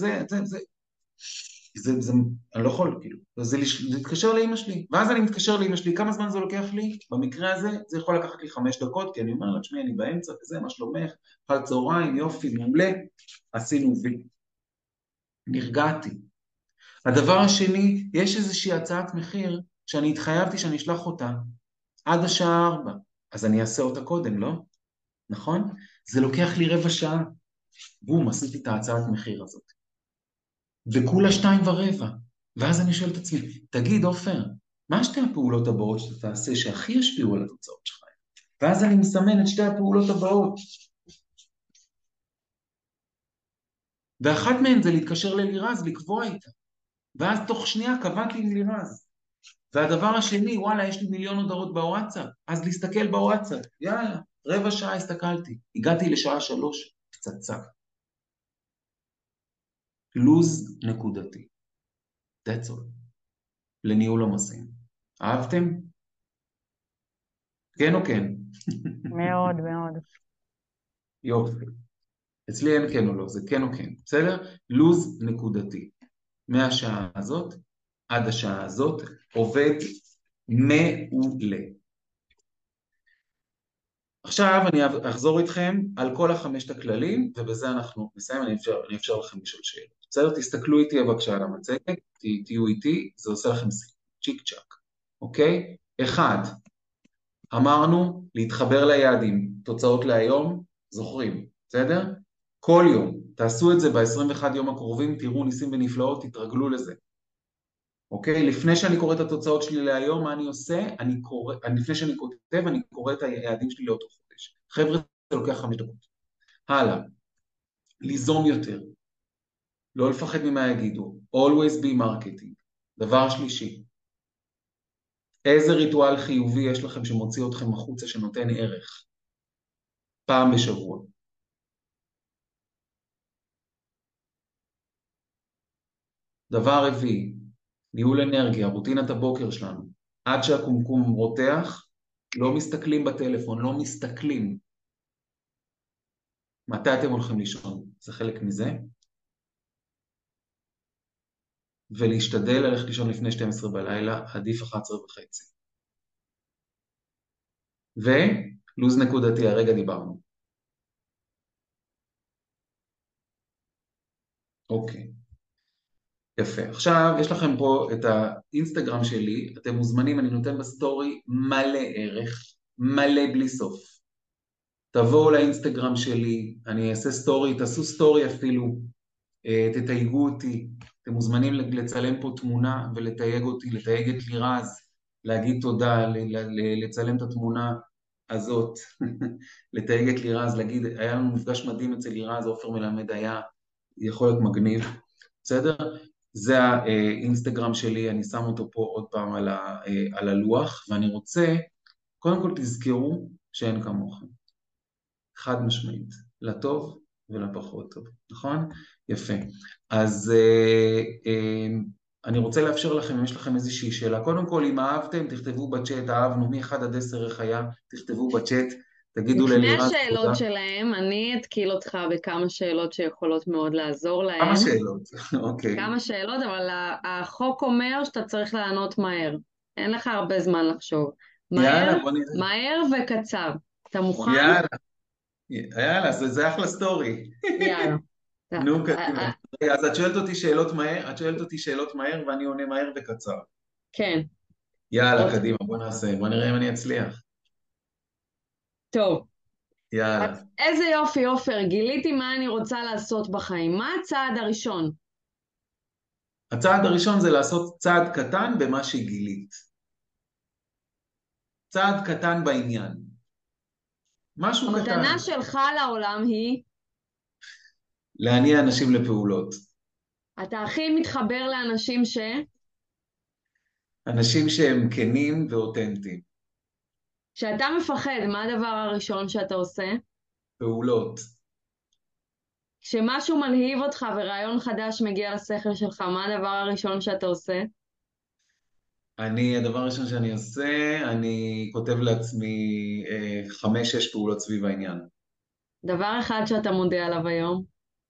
אני לא יכול, כאילו. זה להתקשר לאמא שלי. ואז אני מתקשר לאמא שלי, כמה זמן זה לוקח לי? במקרה הזה, זה יכול לקחת לי 5 דקות, כי אני אומר לה, תשמעי, אני באמצע, וזה, מה שלומך? אחר צהריים, יופי, מעולה, עשינו וי. נרגעתי. הדבר השני, יש איזושהי הצעת מחיר, שאני התחייבתי שאני אשלח אותה עד השעה 4, אז אני אעשה אותה קודם, לא? נכון? זה לוקח לי 15 שעה. בום, עשיתי את ההצעת מחיר הזאת. וכולה 2:15. ואז אני שואל את עצמי, תגיד, עופר, מה שתי הפעולות הבאות שאתה תעשה שהכי ישפיעו על התוצאות שלך? ואז אני מסמן את שתי הפעולות הבאות. ואחת מהן זה להתקשר ללירז, לקבוע איתה. ואז תוך שנייה קבעתי עם לירז. והדבר השני, וואלה, יש לי 1,000,000 הודעות בוואטסאפ, אז להסתכל בוואטסאפ. יאללה, 15 שעה הסתכלתי. הגעתי לשעה 3, פצצה. לוז נקודתי. That's all. לניהול עומסים. אהבתם? כן או כן? מאוד, מאוד. יופי. אצלי אין כן או לא, זה כן או כן. בסדר? לוז נקודתי. מהשעה הזאת עד השעה הזאת עובד מעולה. עכשיו אני אחזור איתכם על כל 5 הכללים, ובזה אנחנו נסיים, אני אפשר לכם לשאול שאלות. בסדר? תסתכלו איתי בבקשה על המצגת, תהיו איתי, זה עושה לכם צ'יק צ'ק, אוקיי? 1, אמרנו להתחבר ליעדים, תוצאות להיום, זוכרים, בסדר? כל יום, תעשו את זה ב-21 יום הקרובים, תראו ניסים ונפלאות, תתרגלו לזה. אוקיי? לפני שאני קורא את התוצאות שלי להיום, מה אני עושה? לפני שאני כותב, אני קורא את היעדים שלי לאותו חודש. חבר'ה, זה לוקח 5 דקות. הלאה. ליזום יותר. לא לפחד ממה יגידו. Always be marketing. דבר שלישי. איזה ריטואל חיובי יש לכם שמוציא אתכם החוצה שנותן ערך? פעם בשבוע. דבר רביעי. ניהול אנרגיה, רוטינת הבוקר שלנו. עד שהקומקום רותח, לא מסתכלים בטלפון, לא מסתכלים. מתי אתם הולכים לישון? זה חלק מזה. ולהשתדל ללכת לישון לפני 12 בלילה, עדיף 11:30. ולוז נקודתי, הרגע דיברנו. אוקיי. יפה. עכשיו יש לכם פה את האינסטגרם שלי, אתם מוזמנים, אני נותן בסטורי מלא ערך, מלא בלי סוף. תבואו לאינסטגרם שלי, אני אעשה סטורי, תעשו סטורי אפילו, תתייגו אותי, אתם מוזמנים לצלם פה תמונה ולתייג אותי, לתייג את לירז, להגיד תודה, לצלם את התמונה הזאת, לתייג את לירז, להגיד, היה לנו מפגש מדהים אצל לירז, עופר מלמד היה, יכול להיות מגניב, בסדר? זה האינסטגרם שלי, אני שם אותו פה עוד פעם על הלוח, ואני רוצה, קודם כל תזכרו שאין כמוכם, חד משמעית, לטוב ולפחות טוב, נכון? יפה. אז אני רוצה לאפשר לכם, אם יש לכם איזושהי שאלה, קודם כל אם אהבתם, תכתבו בצ'אט, אהבנו מ-1 עד 10 איך היה, תכתבו בצ'אט, תגידו לפני ללירז תודה. השאלות שלהם, אני אתקיל אותך בכמה שאלות שיכולות מאוד לעזור כמה להם. שאלות, אוקיי. כמה שאלות, אבל החוק אומר שאתה צריך לענות מהר. אין לך הרבה זמן לחשוב. מהר, יאללה, בוא נראה. מהר וקצר. אתה מוכן? יאללה, יאללה, זה אחלה סטורי. יאללה. נו, קדימה. אז את שואלת אותי שאלות מהר ואני עונה מהר וקצר. כן. יאללה, קדימה, בוא נעשה, בוא נראה אם אני אצליח. טוב. יאללה. איזה יופי, עופר, גיליתי מה אני רוצה לעשות בחיים. מה הצעד הראשון? הצעד הראשון זה לעשות צעד קטן במה שגילית. צעד קטן בעניין. משהו קטן. המתנה שלך לעולם היא? להניע אנשים לפעולות. אתה הכי מתחבר לאנשים אנשים שהם כנים ואותנטיים. כשאתה מפחד, מה הדבר הראשון שאתה עושה? פעולות. כשמשהו מלהיב אותך ורעיון חדש מגיע לשכל שלך, מה הדבר הראשון שאתה עושה? הדבר הראשון שאני עושה, אני כותב לעצמי 5-6 פעולות סביב העניין. דבר אחד שאתה מודה עליו היום?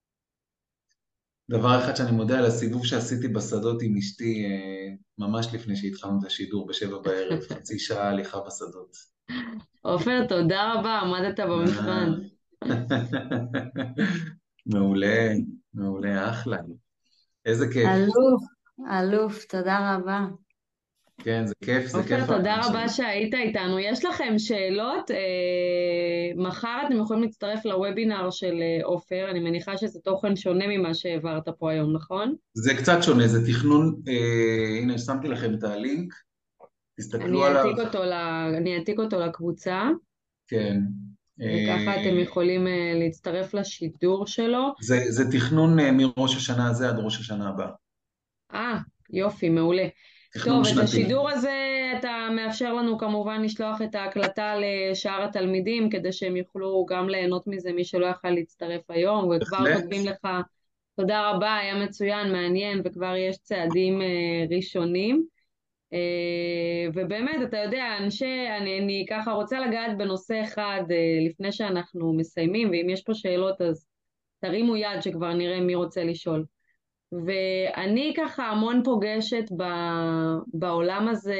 דבר אחד שאני מודה על הסיבוב שעשיתי בשדות עם אשתי, ממש לפני שהתחלנו את השידור ב7 בערב, חצי שעה הליכה בשדות. עופר, תודה רבה, עמדת במבחן. מעולה, מעולה, אחלה. איזה כיף. אלוף, תודה רבה. כן, זה כיף, זה כיף. עופר, תודה רבה שהיית איתנו. יש לכם שאלות? מחר אתם יכולים להצטרף לוובינר של עופר, אני מניחה שזה תוכן שונה ממה שהעברת פה היום, נכון? זה קצת שונה, זה תכנון, הנה, שמתי לכם את הלינק, תסתכלו עליו. אני אעתיק אותו לקבוצה. כן. וככה אתם יכולים להצטרף לשידור שלו. זה תכנון מראש השנה הזה עד ראש השנה הבא. יופי, מעולה. תכנון טוב, שנתי. את השידור הזה אתה מאפשר לנו כמובן לשלוח את ההקלטה לשאר התלמידים, כדי שהם יוכלו גם ליהנות מזה, מי שלא יכל להצטרף היום, וכבר כותבים לך, תודה רבה, היה מצוין, מעניין, וכבר יש צעדים ראשונים. ובאמת, אתה יודע, אני ככה רוצה לגעת בנושא אחד לפני שאנחנו מסיימים, ואם יש פה שאלות אז תרימו יד שכבר נראה מי רוצה לשאול. ואני ככה המון פוגשת בעולם הזה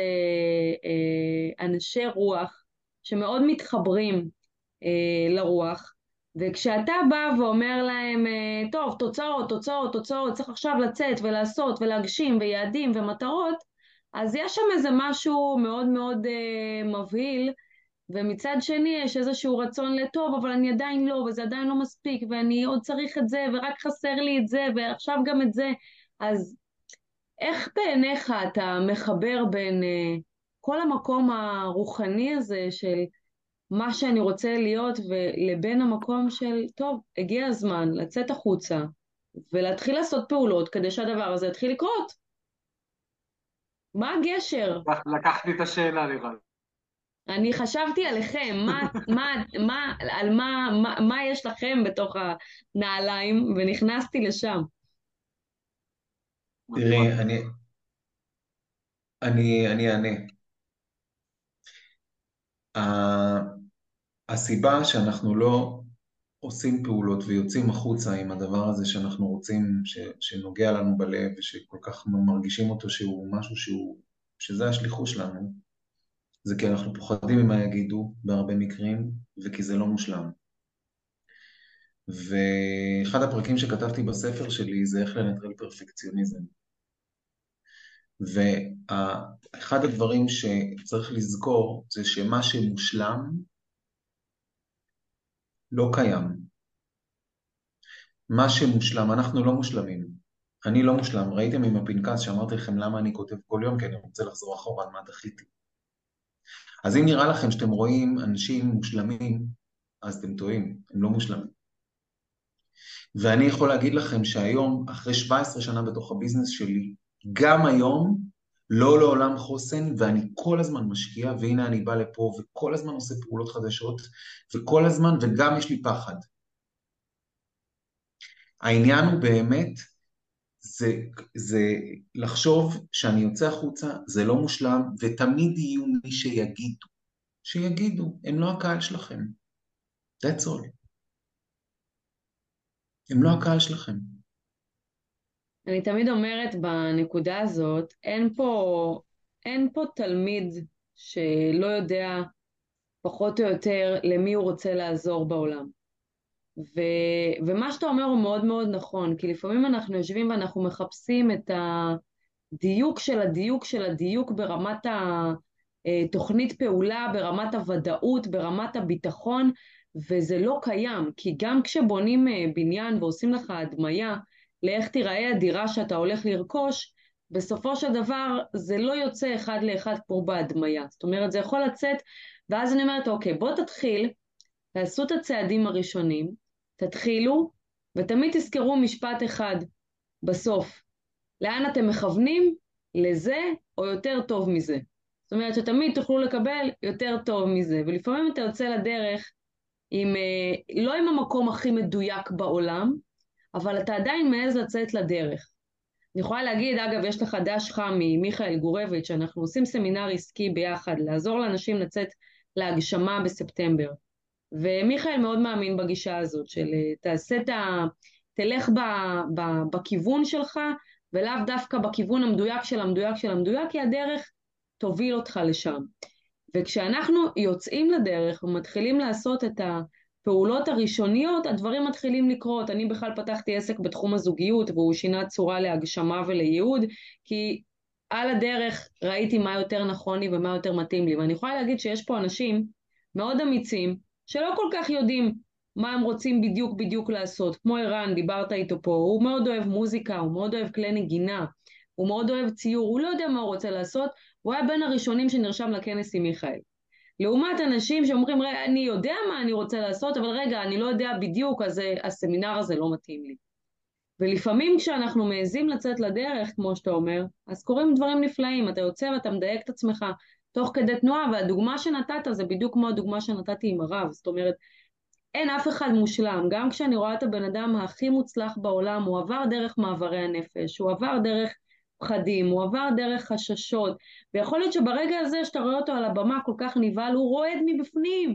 אנשי רוח שמאוד מתחברים לרוח, וכשאתה בא ואומר להם, טוב, תוצאות, צריך עכשיו לצאת ולעשות ולהגשים ויעדים ומטרות, אז יש שם איזה משהו מאוד מאוד מבהיל, ומצד שני יש איזשהו רצון לטוב, אבל אני עדיין לא, וזה עדיין לא מספיק, ואני עוד צריך את זה, ורק חסר לי את זה, ועכשיו גם את זה. אז איך בעיניך אתה מחבר בין כל המקום הרוחני הזה של מה שאני רוצה להיות, ולבין המקום של, טוב, הגיע הזמן לצאת החוצה, ולהתחיל לעשות פעולות כדי שהדבר הזה יתחיל לקרות? מה הגשר? לקחתי את השאלה, לירז. אני חשבתי עליכם, מה יש לכם בתוך הנעליים, ונכנסתי לשם. תראי, אני אענה. הסיבה שאנחנו לא עושים פעולות ויוצאים החוצה עם הדבר הזה שאנחנו רוצים, שנוגע לנו בלב, ושכל כך מרגישים אותו שהוא משהו שזה השליחות שלנו, זה כי אנחנו פוחדים ממה יגידו בהרבה מקרים, וכי זה לא מושלם. ואחד הפרקים שכתבתי בספר שלי זה איך לנטרל פרפקציוניזם. ואחד הדברים שצריך לזכור זה שמה שמושלם לא קיים. מה שמושלם, אנחנו לא מושלמים. אני לא מושלם. ראיתם עם הפנקס שאמרתי לכם למה אני כותב כל יום, כי אני רוצה לחזור אחורה על מה דחיתי. אז אם נראה לכם שאתם רואים אנשים מושלמים, אז אתם טועים, הם לא מושלמים. ואני יכול להגיד לכם שהיום, אחרי 17 שנה בתוך הביזנס שלי, גם היום, לא לעולם חוסן, ואני כל הזמן משקיע, והנה אני בא לפה, וכל הזמן עושה פעולות חדשות, וכל הזמן, וגם יש לי פחד. העניין הוא באמת, זה לחשוב שאני יוצא החוצה, זה לא מושלם, ותמיד יהיו מי שיגידו, הם לא הקהל שלכם. That's all. הם לא הקהל שלכם. אני תמיד אומרת בנקודה הזאת, אין פה תלמיד שלא יודע פחות או יותר למי הוא רוצה לעזור בעולם. ומה שאתה אומר הוא מאוד מאוד נכון, כי לפעמים אנחנו יושבים ואנחנו מחפשים את הדיוק של הדיוק של הדיוק ברמת התוכנית פעולה, ברמת הוודאות, ברמת הביטחון, וזה לא קיים, כי גם כשבונים בניין ועושים לך הדמיה לאיך תיראה הדירה שאתה הולך לרכוש, בסופו של דבר זה לא יוצא אחד לאחד פה בהדמיה. זאת אומרת, זה יכול לצאת, ואז אני אומרת, אוקיי, בוא תתחיל, תעשו את הצעדים הראשונים, תתחילו, ותמיד תזכרו משפט אחד בסוף. לאן אתם מכוונים? לזה או יותר טוב מזה. זאת אומרת שתמיד תוכלו לקבל יותר טוב מזה, ולפעמים אתה יוצא לדרך לא עם המקום הכי מדויק בעולם, אבל אתה עדיין מעז לצאת לדרך. אני יכולה להגיד, אגב, יש לך דש חם ממיכאל גורביץ', שאנחנו עושים סמינר עסקי ביחד, לעזור לאנשים לצאת להגשמה בספטמבר. ומיכאל מאוד מאמין בגישה הזאת, של תלך בכיוון שלך, ולאו דווקא בכיוון המדויק של המדויק של המדויק, כי הדרך תוביל אותך לשם. וכשאנחנו יוצאים לדרך ומתחילים לעשות את הפעולות הראשוניות, הדברים מתחילים לקרות. אני בכלל פתחתי עסק בתחום הזוגיות, והוא שינה צורה להגשמה ולייעוד, כי על הדרך ראיתי מה יותר נכון לי ומה יותר מתאים לי. ואני יכולה להגיד שיש פה אנשים מאוד אמיצים, שלא כל כך יודעים מה הם רוצים בדיוק לעשות. כמו ערן, דיברת איתו פה, הוא מאוד אוהב מוזיקה, הוא מאוד אוהב כלי נגינה, הוא מאוד אוהב ציור, הוא לא יודע מה הוא רוצה לעשות, הוא היה בין הראשונים שנרשם לכנס עם מיכאל. לעומת אנשים שאומרים, אני יודע מה אני רוצה לעשות, אבל רגע, אני לא יודע בדיוק, אז הסמינר הזה לא מתאים לי. ולפעמים כשאנחנו מעזים לצאת לדרך, כמו שאתה אומר, אז קורים דברים נפלאים, אתה יוצא ואתה מדייק את עצמך תוך כדי תנועה, והדוגמה שנתת זה בדיוק כמו הדוגמה שנתתי עם הרב, זאת אומרת, אין אף אחד מושלם, גם כשאני רואה את הבן אדם הכי מוצלח בעולם, הוא עבר דרך מעברי הנפש, הוא עבר דרך פחדים, הוא עבר דרך חששות, ויכול להיות שברגע הזה שאתה רואה אותו על הבמה כל כך נבהל, הוא רועד מבפנים,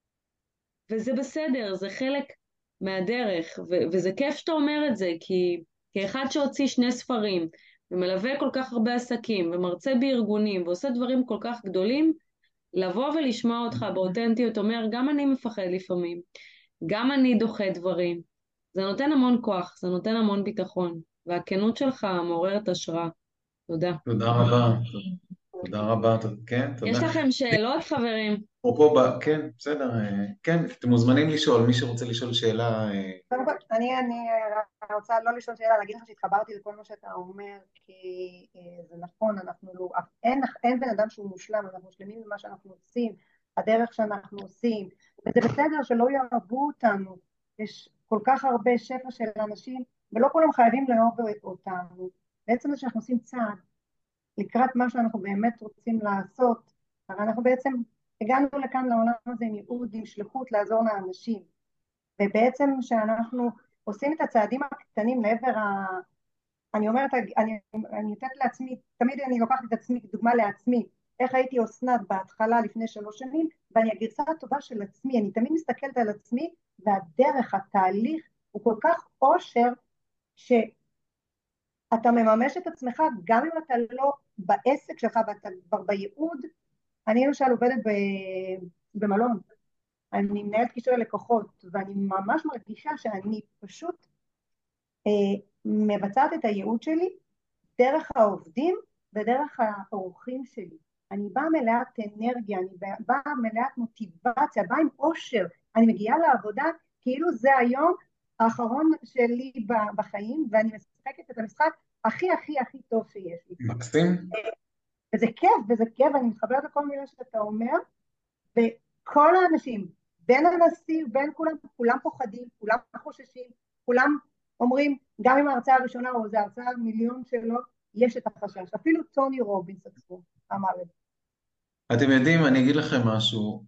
וזה בסדר, זה חלק מהדרך, וזה כיף שאתה אומר את זה, כי כאחד שהוציא 2 ספרים, ומלווה כל כך הרבה עסקים, ומרצה בארגונים, ועושה דברים כל כך גדולים, לבוא ולשמוע אותך באותנטיות, אומר, גם אני מפחד לפעמים, גם אני דוחה דברים, זה נותן המון כוח, זה נותן המון ביטחון, והכנות שלך מעוררת השראה. תודה. תודה רבה. תודה רבה. כן, תודה. יש לכם שאלות, חברים? כן, בסדר. כן, אתם מוזמנים לשאול, מי שרוצה לשאול שאלה. קודם כל, אני רוצה לא לשאול שאלה, להגיד לך שהתחברתי לכל מה שאתה אומר, כי זה נכון, אין בן אדם שהוא מושלם, אנחנו שלמים במה שאנחנו עושים, הדרך שאנחנו עושים, וזה בסדר שלא יאהבו אותנו, יש כל כך הרבה שפע של אנשים, ולא כולם חייבים לאהוב אותנו, בעצם זה שאנחנו עושים צעד, לקראת מה שאנחנו באמת רוצים לעשות, הרי אנחנו בעצם הגענו לכאן לעולם הזה עם ייעוד, עם שליחות לעזור לאנשים, ובעצם שאנחנו עושים את הצעדים הקטנים לעבר אני אומרת, אני נותנת לעצמי, תמיד אני לוקחת את עצמי כדוגמה לעצמי, איך הייתי אסנת בהתחלה לפני 3 שנים, ואני הגרסה הטובה של עצמי, אני תמיד מסתכלת על עצמי, והדרך, התהליך, הוא כל כך אושר, שאתה מממש את עצמך, גם אם אתה לא בעסק שלך, ואתה כבר בייעוד, אני למשל עובדת במלון, אני מנהלת קשרי לקוחות, ואני ממש מרגישה שאני פשוט מבצעת את הייעוד שלי דרך העובדים ודרך האורחים שלי. אני באה מלאת אנרגיה, אני באה מלאת מוטיבציה, באה עם אושר, אני מגיעה לעבודה כאילו זה היום האחרון שלי בחיים, ואני משחקת את המשחק הכי הכי הכי טוב שיש לי. מקסים. וזה כיף, אני מתחברת לכל מילה שאתה אומר, וכל האנשים, בין הנשיא ובין כולם, כולם פוחדים, כולם חוששים, כולם אומרים, גם אם ההרצאה הראשונה או זו ההרצאה המיליון שלו, יש את החשש. אפילו טוני רובינס עצמו אמר את זה. אתם יודעים, אני אגיד לכם משהו.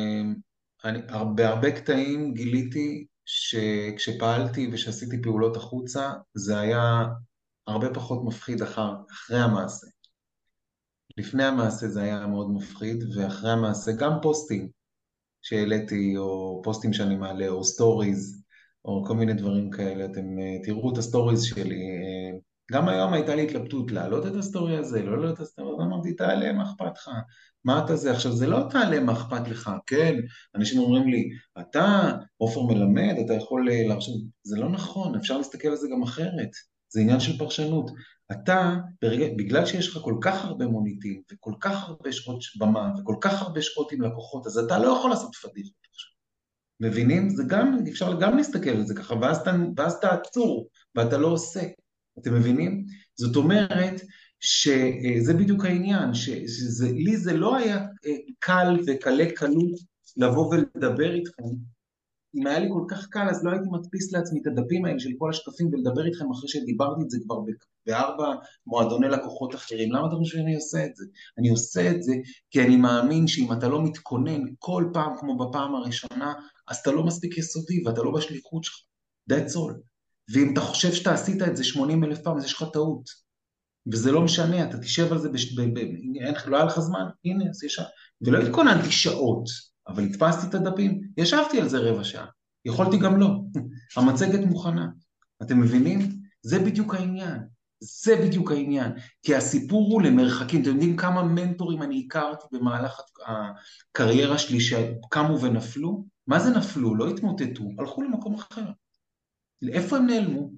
בהרבה קטעים גיליתי שכשפעלתי ושעשיתי פעולות החוצה, זה היה הרבה פחות מפחיד אחרי המעשה. לפני המעשה זה היה מאוד מפחיד, ואחרי המעשה גם פוסטים שהעליתי, או פוסטים שאני מעלה, או סטוריז, או כל מיני דברים כאלה. אתם תראו את הסטוריז שלי. גם היום הייתה לי התלבטות להעלות את הסטורי הזה, לא להעלות את הסטורי הזה, אמרתי, תעלה, מה אכפת לך? מה אתה זה? עכשיו, זה לא תעלה, מה אכפת לך? כן, אנשים אומרים לי, אתה, עופר מלמד, אתה יכול להרשות, זה לא נכון, אפשר להסתכל על זה גם אחרת, זה עניין של פרשנות. אתה, בגלל שיש לך כל כך הרבה מוניטין, וכל כך הרבה שעות במה, וכל כך הרבה שעות עם לקוחות, אז אתה לא יכול לעשות פדיחות עכשיו. מבינים? זה גם, אפשר גם להסתכל על זה ככה, ואז אתה עצור, ואתה לא עושה. אתם מבינים? זאת אומרת שזה בדיוק העניין, לי זה לא היה קל וקלה קלות לבוא ולדבר איתכם. אם היה לי כל כך קל, אז לא הייתי מדפיס לעצמי את הדפים האלה של כל השקפים ולדבר איתכם אחרי שדיברתי את זה כבר בארבע מועדוני לקוחות אחרים. למה אתה חושב שאני עושה את זה? אני עושה את זה כי אני מאמין שאם אתה לא מתכונן כל פעם כמו בפעם הראשונה, אז אתה לא מספיק יסודי ואתה לא בשליחות שלך. That's all. ואם אתה חושב שאתה עשית את זה 80,000 פעם, אז יש לך טעות. וזה לא משנה, אתה תשב על זה, לא היה לך זמן, הנה, אז ישר. ולא התכוננתי שעות, אבל הדפסתי את הדפים, ישבתי על זה רבע שעה. יכולתי גם לא. המצגת מוכנה. אתם מבינים? זה בדיוק העניין. זה בדיוק העניין. כי הסיפור הוא למרחקים. אתם יודעים כמה מנטורים אני הכרתי במהלך הקריירה שלי שקמו ונפלו? מה זה נפלו? לא התמוטטו, הלכו למקום אחר. איפה הם נעלמו?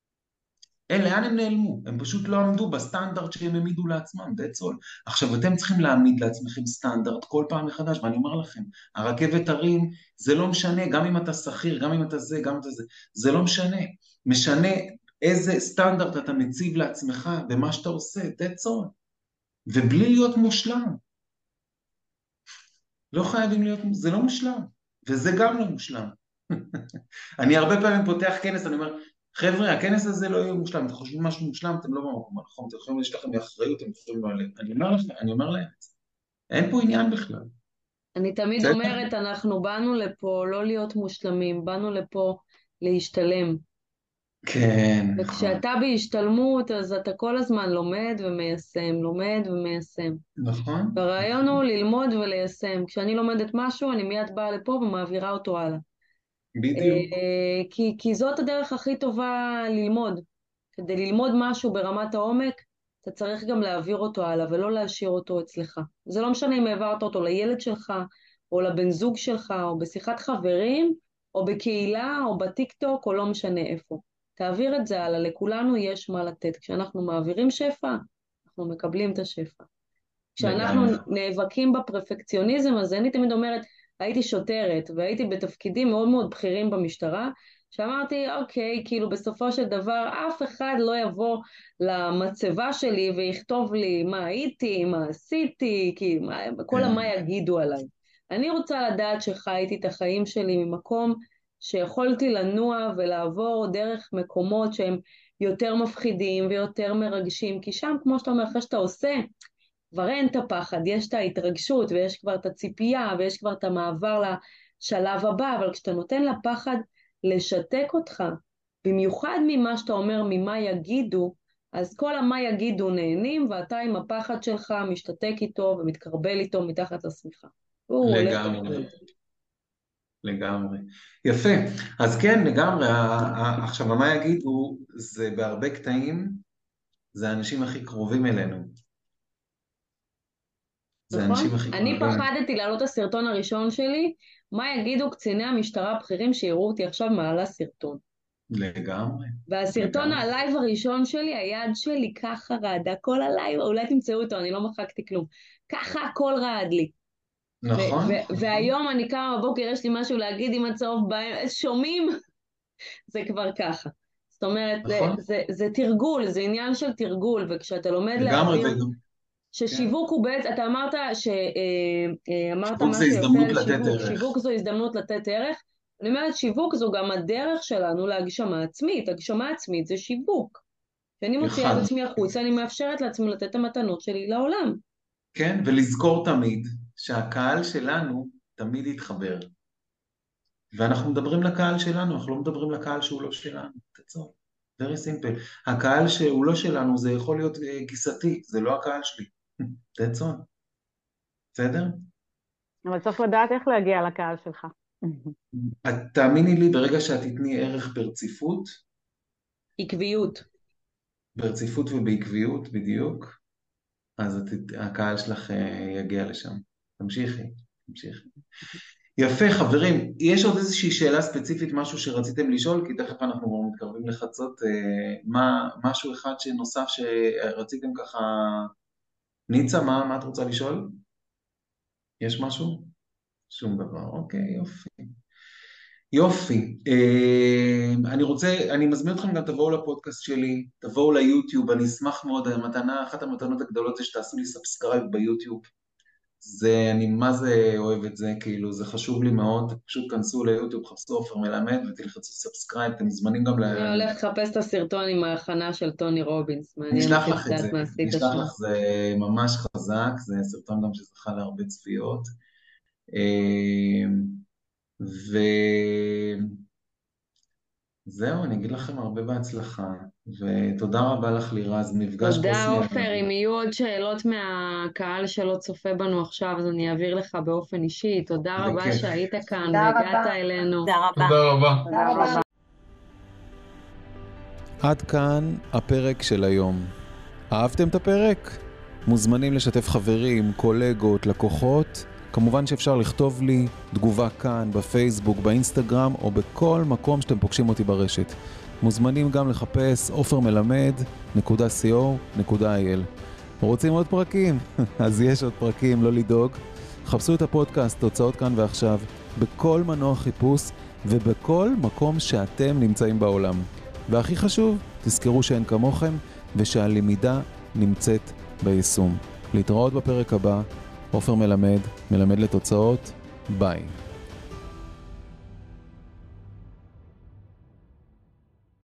לאן הם נעלמו? הם פשוט לא עמדו בסטנדרט שהם העמידו לעצמם, that's all. עכשיו, אתם צריכים להעמיד לעצמכם סטנדרט כל פעם מחדש, ואני אומר לכם, הרכבת הרים, זה לא משנה, גם אם אתה שכיר, גם אם אתה זה, גם אם אתה זה, זה לא משנה. משנה איזה סטנדרט אתה מציב לעצמך במה שאתה עושה, that's all. ובלי להיות מושלם. לא חייבים להיות, זה לא מושלם, וזה גם לא מושלם. אני הרבה פעמים פותח כנס, אני אומר, חבר'ה, הכנס הזה לא יהיה מושלם, אתם חושבים משהו מושלם, אתם לא במקום הנכון, אתם יכולים יש לכם אחריות, אתם יכולים עליהם. אני אומר להם, אין פה עניין בכלל. אני תמיד אומרת, אנחנו באנו לפה לא להיות מושלמים, באנו לפה להשתלם. כן, נכון. וכשאתה בהשתלמות, אז אתה כל הזמן לומד ומיישם, לומד ומיישם. נכון. והרעיון הוא ללמוד וליישם. כשאני לומדת משהו, אני מיד באה לפה ומעבירה אותו הלאה. בדיוק. כי זאת הדרך הכי טובה ללמוד. כדי ללמוד משהו ברמת העומק, אתה צריך גם להעביר אותו הלאה, ולא להשאיר אותו אצלך. זה לא משנה אם העברת אותו לילד שלך, או לבן זוג שלך, או בשיחת חברים, או בקהילה, או בטיקטוק, או לא משנה איפה. תעביר את זה הלאה, לכולנו יש מה לתת. כשאנחנו מעבירים שפע, אנחנו מקבלים את השפע. כשאנחנו נאבקים בפרפקציוניזם הזה, אני תמיד אומרת, הייתי שוטרת, והייתי בתפקידים מאוד מאוד בכירים במשטרה, שאמרתי, אוקיי, כאילו בסופו של דבר, אף אחד לא יבוא למצבה שלי ויכתוב לי מה הייתי, מה עשיתי, כאילו, כל מה יגידו עליי. אני רוצה לדעת שחייתי את החיים שלי ממקום שיכולתי לנוע ולעבור דרך מקומות שהם יותר מפחידים ויותר מרגשים, כי שם, כמו שאתה אומר, אחרי שאתה עושה, כבר אין את הפחד, יש את ההתרגשות ויש כבר את הציפייה ויש כבר את המעבר לשלב הבא, אבל כשאתה נותן לפחד לשתק אותך, במיוחד ממה שאתה אומר, ממה יגידו, אז כל המה יגידו נהנים, ואתה עם הפחד שלך משתתק איתו ומתקרבל איתו מתחת לשמיכה. לגמרי. לגמרי. יפה. אז כן, לגמרי. עכשיו, מה יגידו, זה בהרבה קטעים, זה האנשים הכי קרובים אלינו. נכון? אני פחדתי להעלות את הסרטון הראשון שלי, מה יגידו קציני המשטרה הבכירים שיראו אותי עכשיו מעלה סרטון. לגמרי. והסרטון הלייב הראשון שלי, היד שלי ככה רעדה, כל הלייב, אולי תמצאו אותו, אני לא מחקתי כלום. ככה הכל רעד לי. נכון. והיום אני קמה בבוקר, יש לי משהו להגיד עם הצהוב בעין, שומעים? זה כבר ככה. זאת אומרת, נכון? זה תרגול, זה עניין של תרגול, וכשאתה לומד לגמרי, להבין וגם, כן. ששיווק הוא בעצם, אתה אמרת שיווק זה משהו יפה הזדמנות על לתת שיווק, ערך. שיווק זו הזדמנות לתת ערך, אני אומרת שיווק זו גם הדרך שלנו להגשמה עצמית, הגשמה עצמית זה שיווק, כשאני מוציאה את אחד. עצמי החוצה, אני מאפשרת לעצמי לתת את המתנות שלי לעולם. כן, ולזכור תמיד שהקהל שלנו תמיד יתחבר. ואנחנו מדברים לקהל שלנו, אנחנו לא מדברים לקהל שהוא לא שלנו. תצור, very simple. הקהל שהוא לא שלנו זה יכול להיות גיסתי, זה לא הקהל שלי. תצור. בסדר? אבל צריך לדעת איך להגיע לקהל שלך. תאמיני לי, ברגע שאת תתני ערך ברציפות, עקביות. ברציפות ובעקביות בדיוק, אז הקהל שלך יגיע לשם. תמשיכי, תמשיכי. יפה, חברים. יש עוד איזושהי שאלה ספציפית, משהו שרציתם לשאול? כי תכף אנחנו כבר מתקרבים לחצות. משהו אחד שנוסף שרציתם ככה... ניצה, מה את רוצה לשאול? יש משהו? שום דבר. אוקיי, יופי. יופי. אני מזמין אתכם גם תבואו לפודקאסט שלי, תבואו ליוטיוב, אני אשמח מאוד. אחת המתנות הגדולות זה שתעשו לי סאבסקרייב ביוטיוב. אני מה זה אוהב את זה, כאילו זה חשוב לי מאוד, פשוט כנסו ליוטיוב, חפשו עופר מלמד ותלחצו סאבסקרייב, אתם מוזמנים גם אני הולך לחפש את הסרטון עם ההכנה של טוני רובינס, אני מעניין אשלח אותי לך את לדעת זה, מה אני עשית אשלח שם. לך, זה ממש חזק, זה סרטון גם שזכה להרבה צפיות, וזהו, אני אגיד לכם הרבה בהצלחה, ותודה רבה לך לירז, מפגש תודה קוסמי. עופר, אם יהיו עוד שאלות מהקהל שלא צופה בנו עכשיו, אז אני אעביר לך באופן אישי. תודה רבה בכיף. שהיית כאן תודה והגעת רבה. אלינו. תודה רבה. תודה רבה. תודה רבה. עד כאן הפרק של היום. אהבתם את הפרק? מוזמנים לשתף חברים, קולגות, לקוחות. כמובן שאפשר לכתוב לי תגובה כאן, בפייסבוק, באינסטגרם, או בכל מקום שאתם פוגשים אותי ברשת. מוזמנים גם לחפש offermelamed.co.il. רוצים עוד פרקים? אז יש עוד פרקים, לא לדאוג. חפשו את הפודקאסט, תוצאות כאן ועכשיו, בכל מנוע חיפוש ובכל מקום שאתם נמצאים בעולם. והכי חשוב, תזכרו שאין כמוכם ושהלמידה נמצאת ביישום. להתראות בפרק הבא. עופר מלמד, מלמד לתוצאות. ביי.